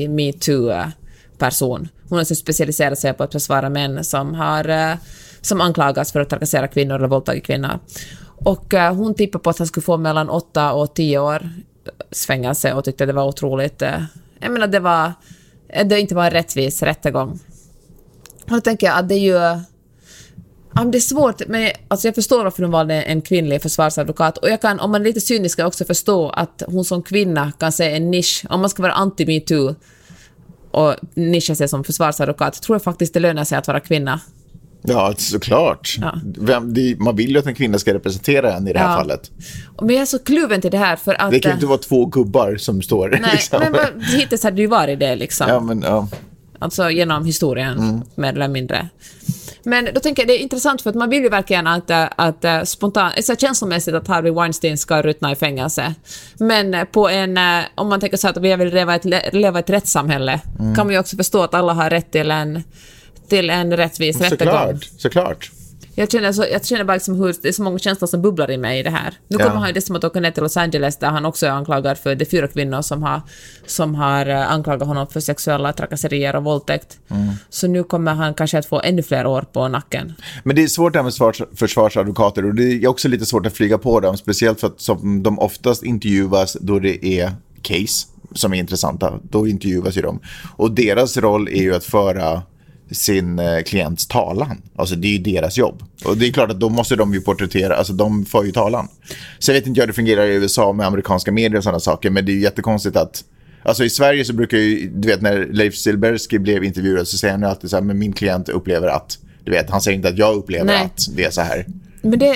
anti-MeToo-person. Hon har så specialiserat sig på att försvara män som har äh, som anklagas för att trakassera kvinnor eller våldtagit kvinnor. Och äh, hon tippade på att han skulle få mellan åtta och tio år fängelse och tyckte det var otroligt. Äh, jag menar det var det inte var en rättvis rättegång. Och då tänker jag att det är ju Ja, det är svårt, men alltså jag förstår varför hon valde en kvinnlig försvarsadvokat. Och jag kan, om man är lite cynisk, också förstå att hon som kvinna kan se en nisch. Om man ska vara anti-MeToo och nischa sig som försvarsadvokat, tror jag faktiskt det lönar sig att vara kvinna. Ja, såklart. Ja. Vem, det, man vill ju att en kvinna ska representera en i det här ja. fallet. Men jag är så kluven till det här för att... Det kan inte vara två gubbar som står. Nej, liksom. Men hittills hade det ju varit det liksom. Ja, men ja. Alltså genom historien, mm. mer eller mindre. Men då tänker jag, det är intressant för att man vill ju verkligen att, att, att spontant, så känslomässigt att Harvey Weinstein ska ruttna i fängelse. Men på en, om man tänker så att vi vill leva ett, leva ett rättssamhälle, mm. kan man ju också förstå att alla har rätt till en, till en rättvis rättegång. Såklart, såklart. Jag känner, så, jag känner bara liksom hur det är så många känslor som bubblar i mig i det här. Nu kommer ja. han ju det som att åka ner till Los Angeles där han också är anklagad för de fyra kvinnor som har, som har anklagat honom för sexuella trakasserier och våldtäkt. Mm. Så nu kommer han kanske att få ännu fler år på nacken. Men det är svårt det här med försvars, försvarsadvokater och det är också lite svårt att flyga på dem, speciellt för att som de oftast intervjuas då det är case som är intressanta. Då intervjuas ju de. Och deras roll är ju att föra sin eh, klients talan. Alltså det är ju deras jobb. Och det är klart att då måste de ju porträttera, alltså de får ju talan. Så jag vet inte hur det fungerar i U S A med amerikanska medier och sådana saker, men det är ju jättekonstigt att alltså i Sverige så brukar ju, du vet när Leif Silbersky blev intervjuad så säger han ju alltid så här, men min klient upplever att, du vet, han säger inte att jag upplever Nej. att det är så här. Men det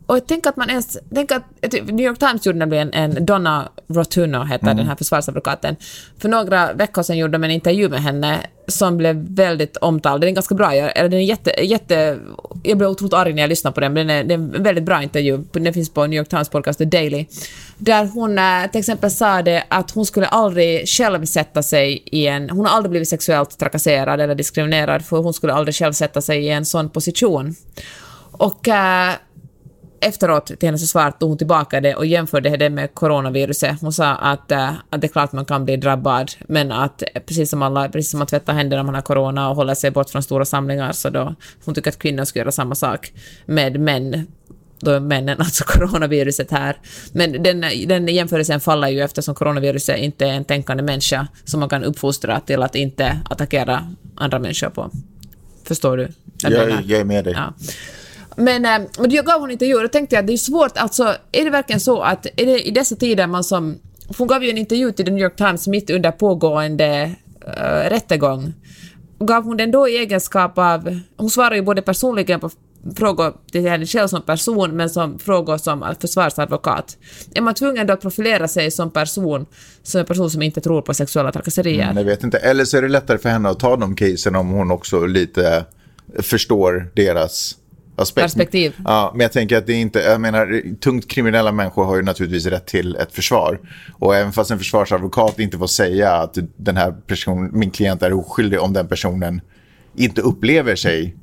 och jag tänker att man ens, tänker att New York Times gjorde nämligen en Donna Rotuno heter mm. den här försvarsadvokaten. För några veckor sedan gjorde de en intervju med henne som blev väldigt omtalad. Den är ganska bra. Jag, eller den är jätte, jätte, jag blev otroligt arg när jag lyssnade på den. Men den är, det är en väldigt bra intervju. Den finns på New York Times podcast The Daily. Där hon till exempel sa det att hon skulle aldrig själv sätta sig i en... Hon har aldrig blivit sexuellt trakasserad eller diskriminerad, för hon skulle aldrig själv sätta sig i en sån position. Och... Äh, efteråt till hennes försvar tog hon tillbaka det och jämförde det med coronaviruset. Hon sa att, äh, att det är klart man kan bli drabbad, men att precis som alla, precis som att tvätta händerna när man har corona och hålla sig bort från stora samlingar, så då hon tycker att kvinnor ska göra samma sak med män. Då är männen alltså coronaviruset här. Men den, den jämförelsen faller ju eftersom coronaviruset inte är en tänkande människa som man kan uppfostra till att inte attackera andra människor på. Förstår du? Jag, jag är med dig. Ja. Men, men jag gav hon intervju och tänkte att det är svårt, alltså är det verkligen så att är det i dessa tider man som, hon gav ju en intervju till The New York Times mitt under pågående uh, rättegång. Gav hon den då i egenskap av, hon svarar ju både personligen på frågor till henne själv som person, men som frågor som försvarsadvokat. Är man tvungen då att profilera sig som person, som en person som inte tror på sexuella trakasserier? Mm, jag vet inte, eller så är det lättare för henne att ta de casen om hon också lite förstår deras aspekt. Perspektiv. Ja, men jag tänker att det är inte, jag menar, tungt kriminella människor har ju naturligtvis rätt till ett försvar. Och även fast en försvarsadvokat inte får säga att den här personen, min klient är oskyldig, om den personen inte upplever sig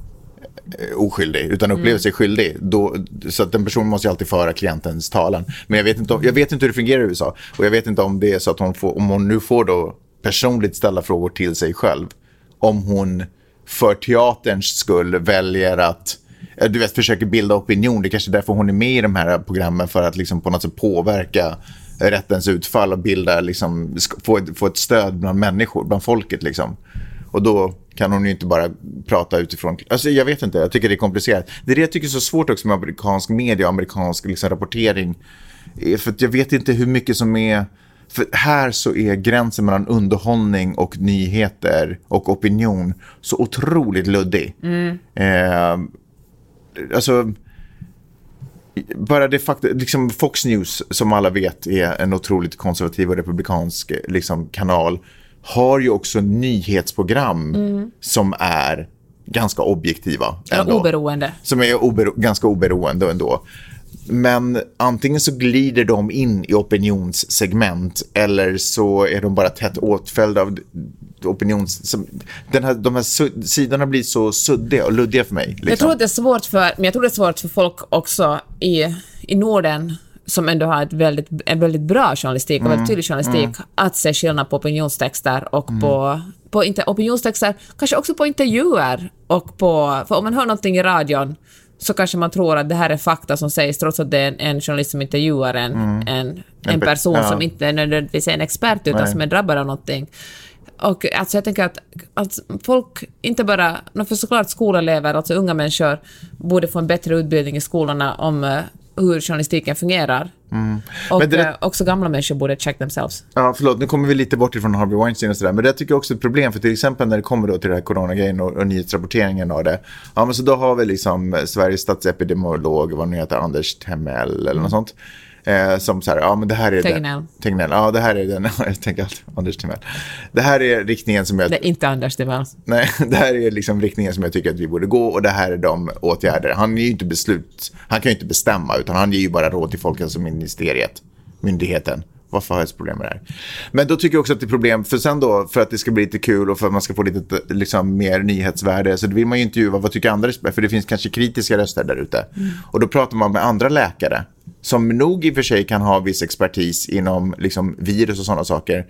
oskyldig, utan upplever mm. sig skyldig, då, så att den personen måste ju alltid föra klientens talan. Men jag vet inte om, jag vet inte hur det fungerar i U S A, och jag vet inte om det är så att hon får, om hon nu får då personligt ställa frågor till sig själv, om hon för teaterns skull väljer att, du vet, försöker bilda opinion. Det är kanske därför hon är med i de här programmen, för att liksom på något sätt påverka rättens utfall och bilda, liksom, få, ett, få ett stöd bland människor, bland folket liksom. Och då kan hon ju inte bara prata utifrån, alltså jag vet inte, jag tycker det är komplicerat. Det är det jag tycker är så svårt också med amerikansk media och amerikansk liksom rapportering, för att jag vet inte hur mycket som är, för här så är gränsen mellan underhållning och nyheter och opinion så otroligt luddig. Mm. Eh, alltså bara det faktum, liksom Fox News som alla vet är en otroligt konservativ och republikansk liksom kanal, har ju också nyhetsprogram mm. som är ganska objektiva ändå. Ja, oberoende. Som är obero- ganska oberoende ändå. Men antingen så glider de in i opinionssegment, eller så är de bara tätt åtföljda av opinions... Som, den här, de här su- sidorna blir så suddiga och luddiga för mig. Liksom. Jag tror att det är svårt för, men jag tror det är svårt för folk också i, i Norden, som ändå har ett väldigt, en väldigt bra journalistik och mm. väldigt tydlig journalistik, mm. att se skillnad på opinionstexter och mm. på, på inte, opinionstexter, kanske också på intervjuer och på, för om man hör någonting i radion så kanske man tror att det här är fakta som sägs, trots att det är en, en journalist som intervjuar en, mm. en, en person ja. som inte nödvändigtvis är en expert utan Nej. som är drabbad av någonting. Och alltså jag tänker att, att folk inte bara, för såklart skolelever, alltså unga människor, borde få en bättre utbildning i skolorna om hur journalistiken fungerar. Mm. Och men det, också gamla människor borde check themselves. Ja, förlåt, nu kommer vi lite bort ifrån Harvey Weinstein och sådär. Men det tycker jag också är ett problem, för till exempel när det kommer då till det här coronagrejen och, och nyhetsrapporteringen av det. Ja, men så då har vi liksom Sveriges statsepidemiolog, vad nu heter, Anders Tegnell eller mm. något sånt. Eh, som så här, ja men det här är Tegnell. den, Tegnell, ja det här är den, jag tänker alltid Anders Tegnell. Det här är riktningen som jag... Det är inte Anders Tegnell. Nej, det här är liksom riktningen som jag tycker att vi borde gå, och det här är de åtgärder. Han är ju inte beslut, han kan ju inte bestämma, utan han ger ju bara råd till Folkhälsoministeriet, myndigheten. Varför har jag ett problem med det här? Men då tycker jag också att det är problem, för sen då, för att det ska bli lite kul och för att man ska få lite liksom, mer nyhetsvärde, så då vill man ju intervjua vad tycker andra, för det finns kanske kritiska röster där ute. Mm. Och då pratar man med andra läkare som nog i och för sig kan ha viss expertis inom liksom, virus och sådana saker,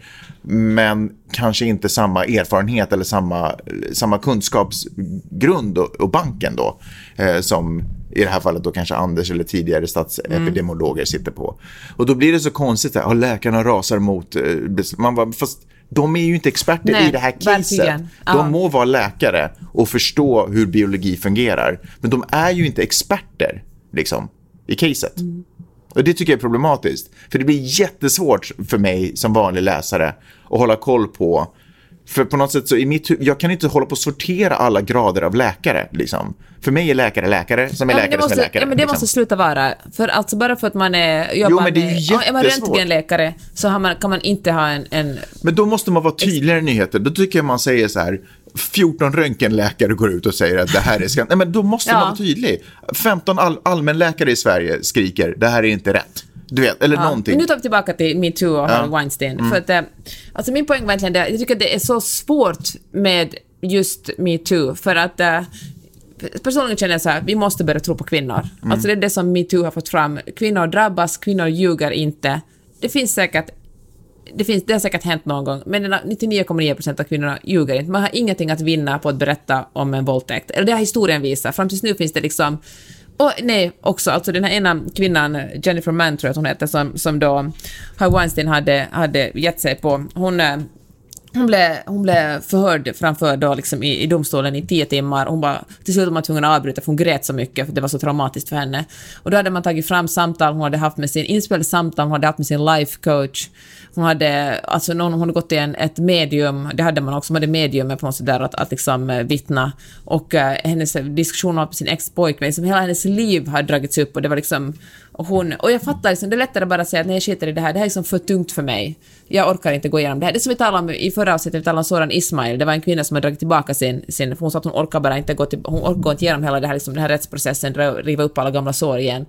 men kanske inte samma erfarenhet eller samma, samma kunskapsgrund och, och banken då, eh, som i det här fallet då kanske Anders eller tidigare statsepidemiologer mm. sitter på. Och då blir det så konstigt att läkarna rasar mot, man bara, fast de är ju inte experter Nej, i det här caset. Ja. De må vara läkare och förstå hur biologi fungerar, men de är ju inte experter liksom, i caset. Mm. Och det tycker jag är problematiskt. För det blir jättesvårt för mig som vanlig läsare att hålla koll på För på något sätt så i mitt hu- jag kan inte hålla på att sortera alla grader av läkare liksom. För mig är läkare läkare som är Ja, läkare måste, som är läkare. Ja, men det liksom. måste sluta vara. För alltså bara för att man är jobbar Jo, men det är ju med, är man jättesvårt. röntgenläkare så har man, kan man inte ha en, en... Men då måste man vara tydligare i nyheter. Då tycker jag man säger så här, fjorton röntgenläkare går ut och säger att det här är skam. Nej, men då måste Ja. man vara tydlig. femton all- allmänläkare i Sverige skriker, det här är inte rätt. Du vet, eller Ja, någonting. men nu tar vi tillbaka till Me Too och Harvey Ja. Weinstein. Mm. För att, eh, alltså min poäng var egentligen det, jag tycker att det är så svårt med just Me Too. För att eh, personligen känner jag så här, vi måste börja tro på kvinnor. Mm. Alltså det är det som Me Too har fått fram. Kvinnor drabbas, kvinnor ljuger inte. Det finns säkert Det, finns, det har säkert hänt någon gång, men nittionio komma nio procent av kvinnorna ljuger inte. Man har ingenting att vinna på att berätta om en våldtäkt. Eller det har historien visat. Fram tills nu finns det liksom... Och nej, också, alltså den här ena kvinnan, Jennifer Mann tror jag att hon heter, som, som då Harvey Weinstein hade, hade gett sig på. Hon... Hon blev, hon blev förhörd framför då liksom i, i domstolen i tio timmar. Hon bara, till slut var man tvungen att avbryta för hon grät så mycket för det var så traumatiskt för henne. Och då hade man tagit fram samtal hon hade haft med sin inspelade samtal hon hade haft med sin life coach. Hon hade, alltså någon, hon hade gått till en, ett medium, det hade man också, man hade medium på något sätt där att, att liksom vittna. Och uh, hennes diskussion med sin ex-pojkvän, liksom hela hennes liv hade dragits upp och det var liksom, och hon, och jag fattar liksom, det är lättare bara att säga att nej jag skiter i det här, det här är liksom för tungt för mig. Jag orkar inte gå igenom det här. Det som vi talade om i förra avsnittet, vi talade om Soran Ismail, det var en kvinna som hade dragit tillbaka sin, sin hon sa att hon orkar bara inte gå till, hon orkar inte igenom hela det här, liksom, den här rättsprocessen, riva upp alla gamla sår igen.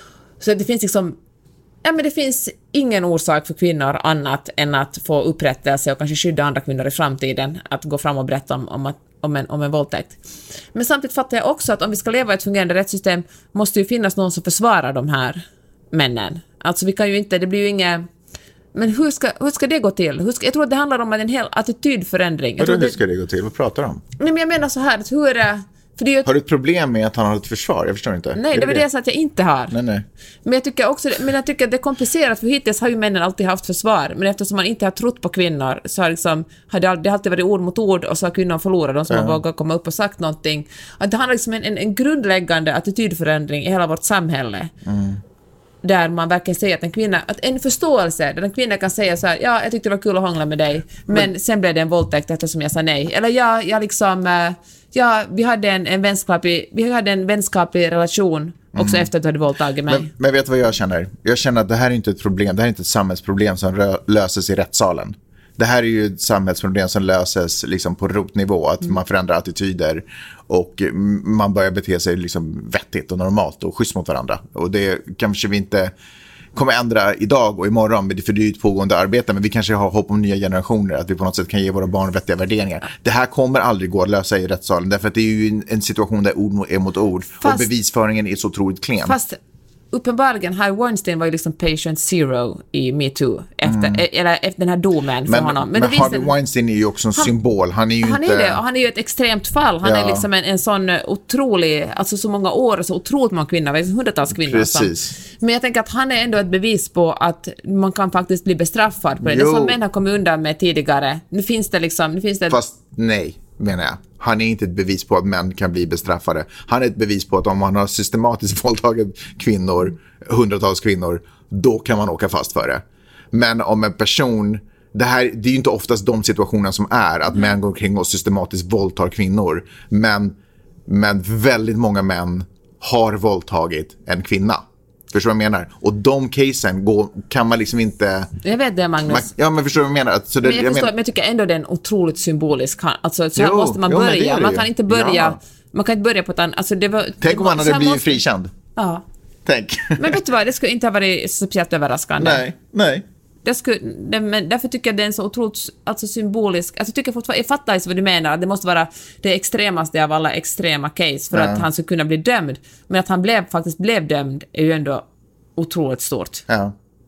Så det finns liksom, ja men det finns ingen orsak för kvinnor annat än att få upprättelse och kanske skydda andra kvinnor i framtiden att gå fram och berätta om, om, att, om, en, om en våldtäkt. Men samtidigt fattar jag också att om vi ska leva i ett fungerande rättssystem måste ju finnas någon som försvarar de här männen. Alltså vi kan ju inte, det blir ju inget. Men hur ska, hur ska det gå till? Hur ska, jag tror att det handlar om en hel attitydförändring. Jag Hur tror ska det, det gå till? Vad pratar du om? nej men jag menar så här, att hur är det, för det är ju ett, Har du ett problem med att han har ett försvar? Jag förstår inte. nej, det var det jag sa att jag inte har. Nej, nej. Men jag tycker också, men jag tycker att det är komplicerat för hittills har ju männen alltid haft försvar, men eftersom man inte har trott på kvinnor så har liksom, har det, det har alltid varit ord mot ord och så har kvinnor förlorat, de som Ja. har vågat komma upp och sagt någonting. Att det handlar liksom en, en, en grundläggande attitydförändring i hela vårt samhälle. Mm. Där man verkligen säger att en kvinna, att en förståelse där en kvinna kan säga så här, ja, jag tyckte det var kul att hångla med dig, men, men sen blev det en våldtäkt eftersom jag sa nej. Eller ja, jag liksom, ja, vi hade en, en vänskaplig, vi hade en vänskaplig relation också mm. efter att du hade våldtagit mig. Men, men vet du vad jag känner? Jag känner att det här är inte ett problem, det här är inte ett samhällsproblem som rö- löses i rättssalen. Det här är ju ett samhällsproblem som löses liksom på rotnivå, att mm. man förändrar attityder och man börjar bete sig liksom vettigt och normalt och schysst mot varandra. Och det kanske vi inte kommer ändra idag och imorgon, för det är ju ett pågående arbete, men vi kanske har hopp om nya generationer, att vi på något sätt kan ge våra barn vettiga värderingar. Det här kommer aldrig gå att lösa i rättssalen, därför att det är ju en, en situation där ord är mot ord. Fast, och bevisföringen är så otroligt klen. Fast uppenbarligen, Harvey Weinstein var ju liksom patient zero i Me Too efter, mm. eller efter den här domen för men, honom. Men, men Harvey en, Weinstein är ju också en han, symbol. Han är ju han inte... Är det, han är ju ett extremt fall. Han ja. är liksom en, en sån otrolig, alltså så många år och så otroligt många kvinnor, hundratals kvinnor. Precis. Som, men jag tänker att han är ändå ett bevis på att man kan faktiskt bli bestraffad på det. Det som män har kommit undan med tidigare. Nu finns det liksom... Nu finns det... Fast nej, menar jag. Han är inte ett bevis på att män kan bli bestraffade. Han är ett bevis på att om man har systematiskt våldtagit kvinnor, hundratals kvinnor, då kan man åka fast för det. Men om en person, det här, det är ju inte oftast de situationer som är att mm. män går omkring och systematiskt våldtar kvinnor. Men, men väldigt många män har våldtagit en kvinna. Förstår du vad jag menar? Och de casen går, kan man liksom inte... Jag vet det, Magnus. Man, ja, men förstår du vad jag menar? Så det, men jag, jag, förstår, menar... men jag tycker ändå det är en otroligt symbolisk... Alltså, så här jo, måste man jo, börja. Man kan inte börja... Ja. Man kan inte börja på ett annat... Alltså, det var, Tänk om han hade blivit måste... frikänd. Ja. Tänk. Men vet du vad? Det skulle inte ha varit speciellt överraskande. Nej, nej. Det skulle, det, men därför tycker jag det är en så otroligt alltså, symbolisk... Alltså, jag, tycker fortfarande, jag fattar inte vad du menar. Det måste vara det extremaste av alla extrema case för ja. att han skulle kunna bli dömd. Men att han blev, faktiskt blev dömd är ju ändå otroligt stort. Ja.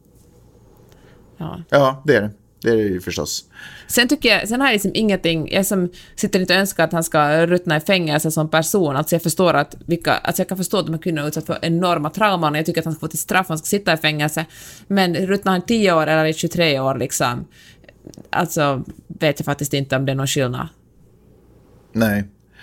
Ja, ja det är det. Det är det ju förstås. Sen tycker jag, sen har jag liksom ingenting, jag som sitter inte och önskar att han ska ruttna i fängelse som person, alltså jag förstår att vilka, alltså jag kan förstå att de här kvinnorna utsatt för enorma trauman och jag tycker att han ska få till straff, han ska sitta i fängelse, men ruttna han tio år eller tjugotre år liksom, alltså vet jag faktiskt inte om det är någon skillnad. Nej.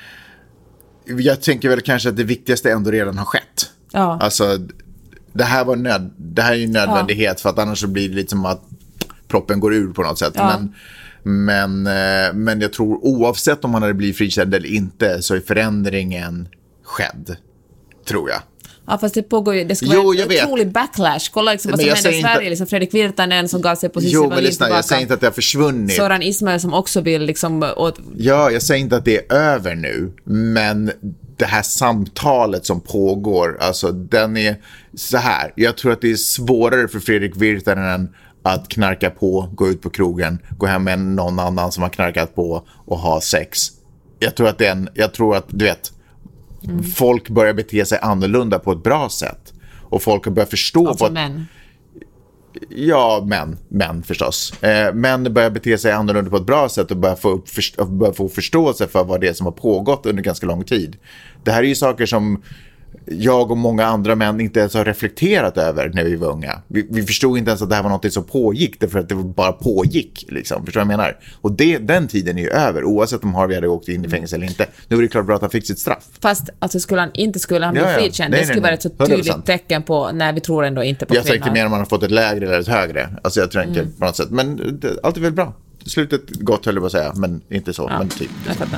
Jag tänker väl kanske att det viktigaste ändå redan har skett. Ja. Alltså det här var nöd, det här är ju nödvändighet ja. för att annars så blir det lite som att proppen går ur på något sätt. Ja. Men, Men, eh, men jag tror oavsett om han hade blivit frikänd eller inte så är förändringen skedd, tror jag. Ja, fast det pågår ju, det ska jo, vara en otrolig backlash. Kolla liksom vad som hände i Sverige. Inte... Liksom Fredrik Virtanen som gav sig på Jo, men lyssna, jag säger inte att det har försvunnit. Soran Ismail som också vill liksom... Åt... Ja, jag säger inte att det är över nu. Men det här samtalet som pågår, alltså den är så här. Jag tror att det är svårare för Fredrik Virtanen att knarka på, gå ut på krogen, gå hem med någon annan som har knarkat på och ha sex. Jag tror att det är en, jag tror att, du vet... Mm. Folk börjar bete sig annorlunda på ett bra sätt. Och folk har börjat förstå alltså på att, män. Ja, män, män förstås. Eh, män börjar bete sig annorlunda på ett bra sätt och börjar få, upp, för, börjar få förståelse för vad det är som har pågått under ganska lång tid. Det här är ju saker som jag och många andra män inte ens har reflekterat över när vi var unga. Vi, vi förstod inte ens att det här var något som pågick, därför att det bara pågick. Liksom. Förstår du vad jag menar? Och det, den tiden är ju över, oavsett om Harvey hade åkt in i fängelse eller inte. Nu är det klart bra att han fick sitt straff. Fast alltså, skulle han inte skulle han bli ja, ja. frikänd. Nej, det skulle nej, vara ett så tydligt hundra procent tecken på när vi tror ändå inte på jag kvinnor. Jag tänkte mer om man har fått ett lägre eller ett högre. Alltså jag tänker mm. på något sätt. Men det, allt är väl bra. Slutet gott höll jag på att säga, men inte så. Ja, men typ. Jag fattar.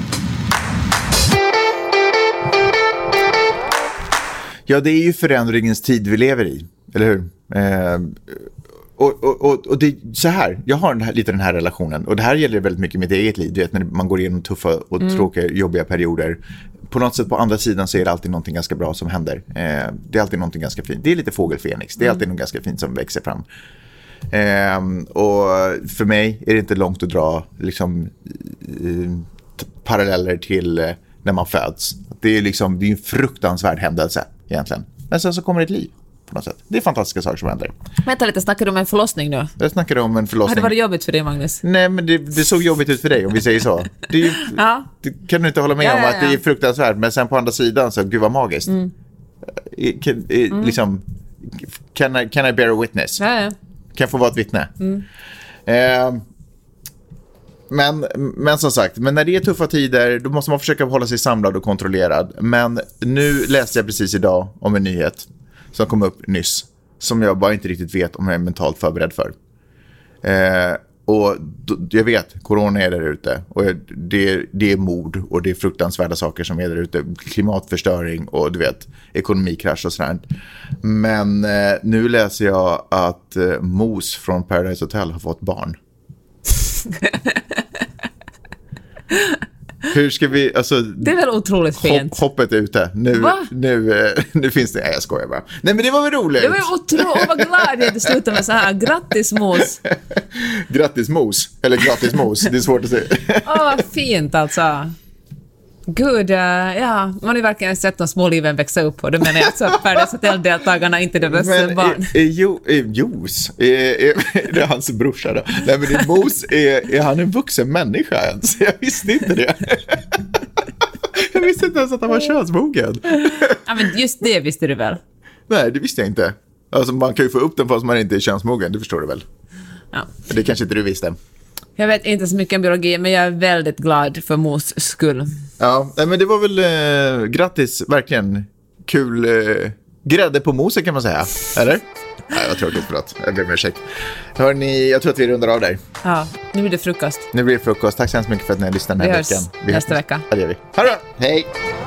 Ja, det är ju förändringens tid vi lever i, eller hur? Eh, och, och, och, och det är så här, jag har den här, lite den här relationen, och det här gäller väldigt mycket i mitt eget liv, du vet, när man går igenom tuffa och mm. tråkiga, jobbiga perioder. På något sätt på andra sidan så är det alltid någonting ganska bra som händer. Eh, det är alltid någonting ganska fint. Det är lite fågelfenix, det är alltid något ganska fint som växer fram. Eh, och för mig är det inte långt att dra liksom, eh, t- paralleller till eh, när man föds. Det är liksom, det är en fruktansvärd händelse egentligen. Men sen så kommer ett liv på något sätt. Det är fantastiska saker som händer. Vänta lite, snackar du om en förlossning nu? Jag snackar om en förlossning. Har det varit jobbigt för dig, Magnus? Nej, men det, det såg jobbigt ut för dig om vi säger så. Det, är ju, ja. det kan du inte hålla med ja, om ja, ja. Att det är fruktansvärt. Men sen på andra sidan så, gud vad magiskt. Mm. Kan, mm. Liksom, can I, can I bear a witness? Ja, ja. Kan jag få vara ett vittne? Mm. Eh, Men, men som sagt, men när det är tuffa tider då måste man försöka hålla sig samlad och kontrollerad. Men nu läste jag precis idag om en nyhet som kom upp nyss som jag bara inte riktigt vet om jag är mentalt förberedd för. Eh, och d- jag vet, corona är där ute och det, det är mord och det är fruktansvärda saker som är där ute. Klimatförstöring och du vet, ekonomikrasch och sådär. Men eh, nu läser jag att eh, Mos från Paradise Hotel har fått barn. Hur ska vi, alltså, det är väl otroligt fint. Hopp, hoppet är ute. Nu, nu, nu finns det, nej jag skojar bara. Nej men det var väl roligt. Det var otroligt, vad glad jag slutar med så här. Grattis Mos. Grattis Mos, eller grattis Mos, det är svårt att säga. Åh, vad fint alltså. Gud, ja, man har ju verkligen sett de små liven växa upp och det menar jag alltså Paradise Hotel-deltagarna inte deras men, barn. Är, är, jo, är Jos, är, är, det är hans brorsa då. Nej men det är Mos, är, är han en vuxen människa ens? Jag visste inte det. Jag visste inte ens att han var könsmogen. Ja men just det visste du väl? Nej, det visste jag inte. Alltså man kan ju få upp den fast man inte är könsmogen, det förstår du väl? Ja. Det kanske inte du visste. Jag vet inte så mycket om biologi, men jag är väldigt glad för Mos skull. Ja, men det var väl eh, grattis, verkligen kul eh, grädde på mosen kan man säga, eller? Nej, jag tror att det är förlåt, jag ber om ursäkt. Hörrni, jag tror att vi rundar av där. Ja, nu blir det frukost. Nu blir det frukost, tack så hemskt mycket för att ni har lyssnat den här vi veckan. Vi hörs nästa vecka. Ja, det gör vi. Ha det, hej!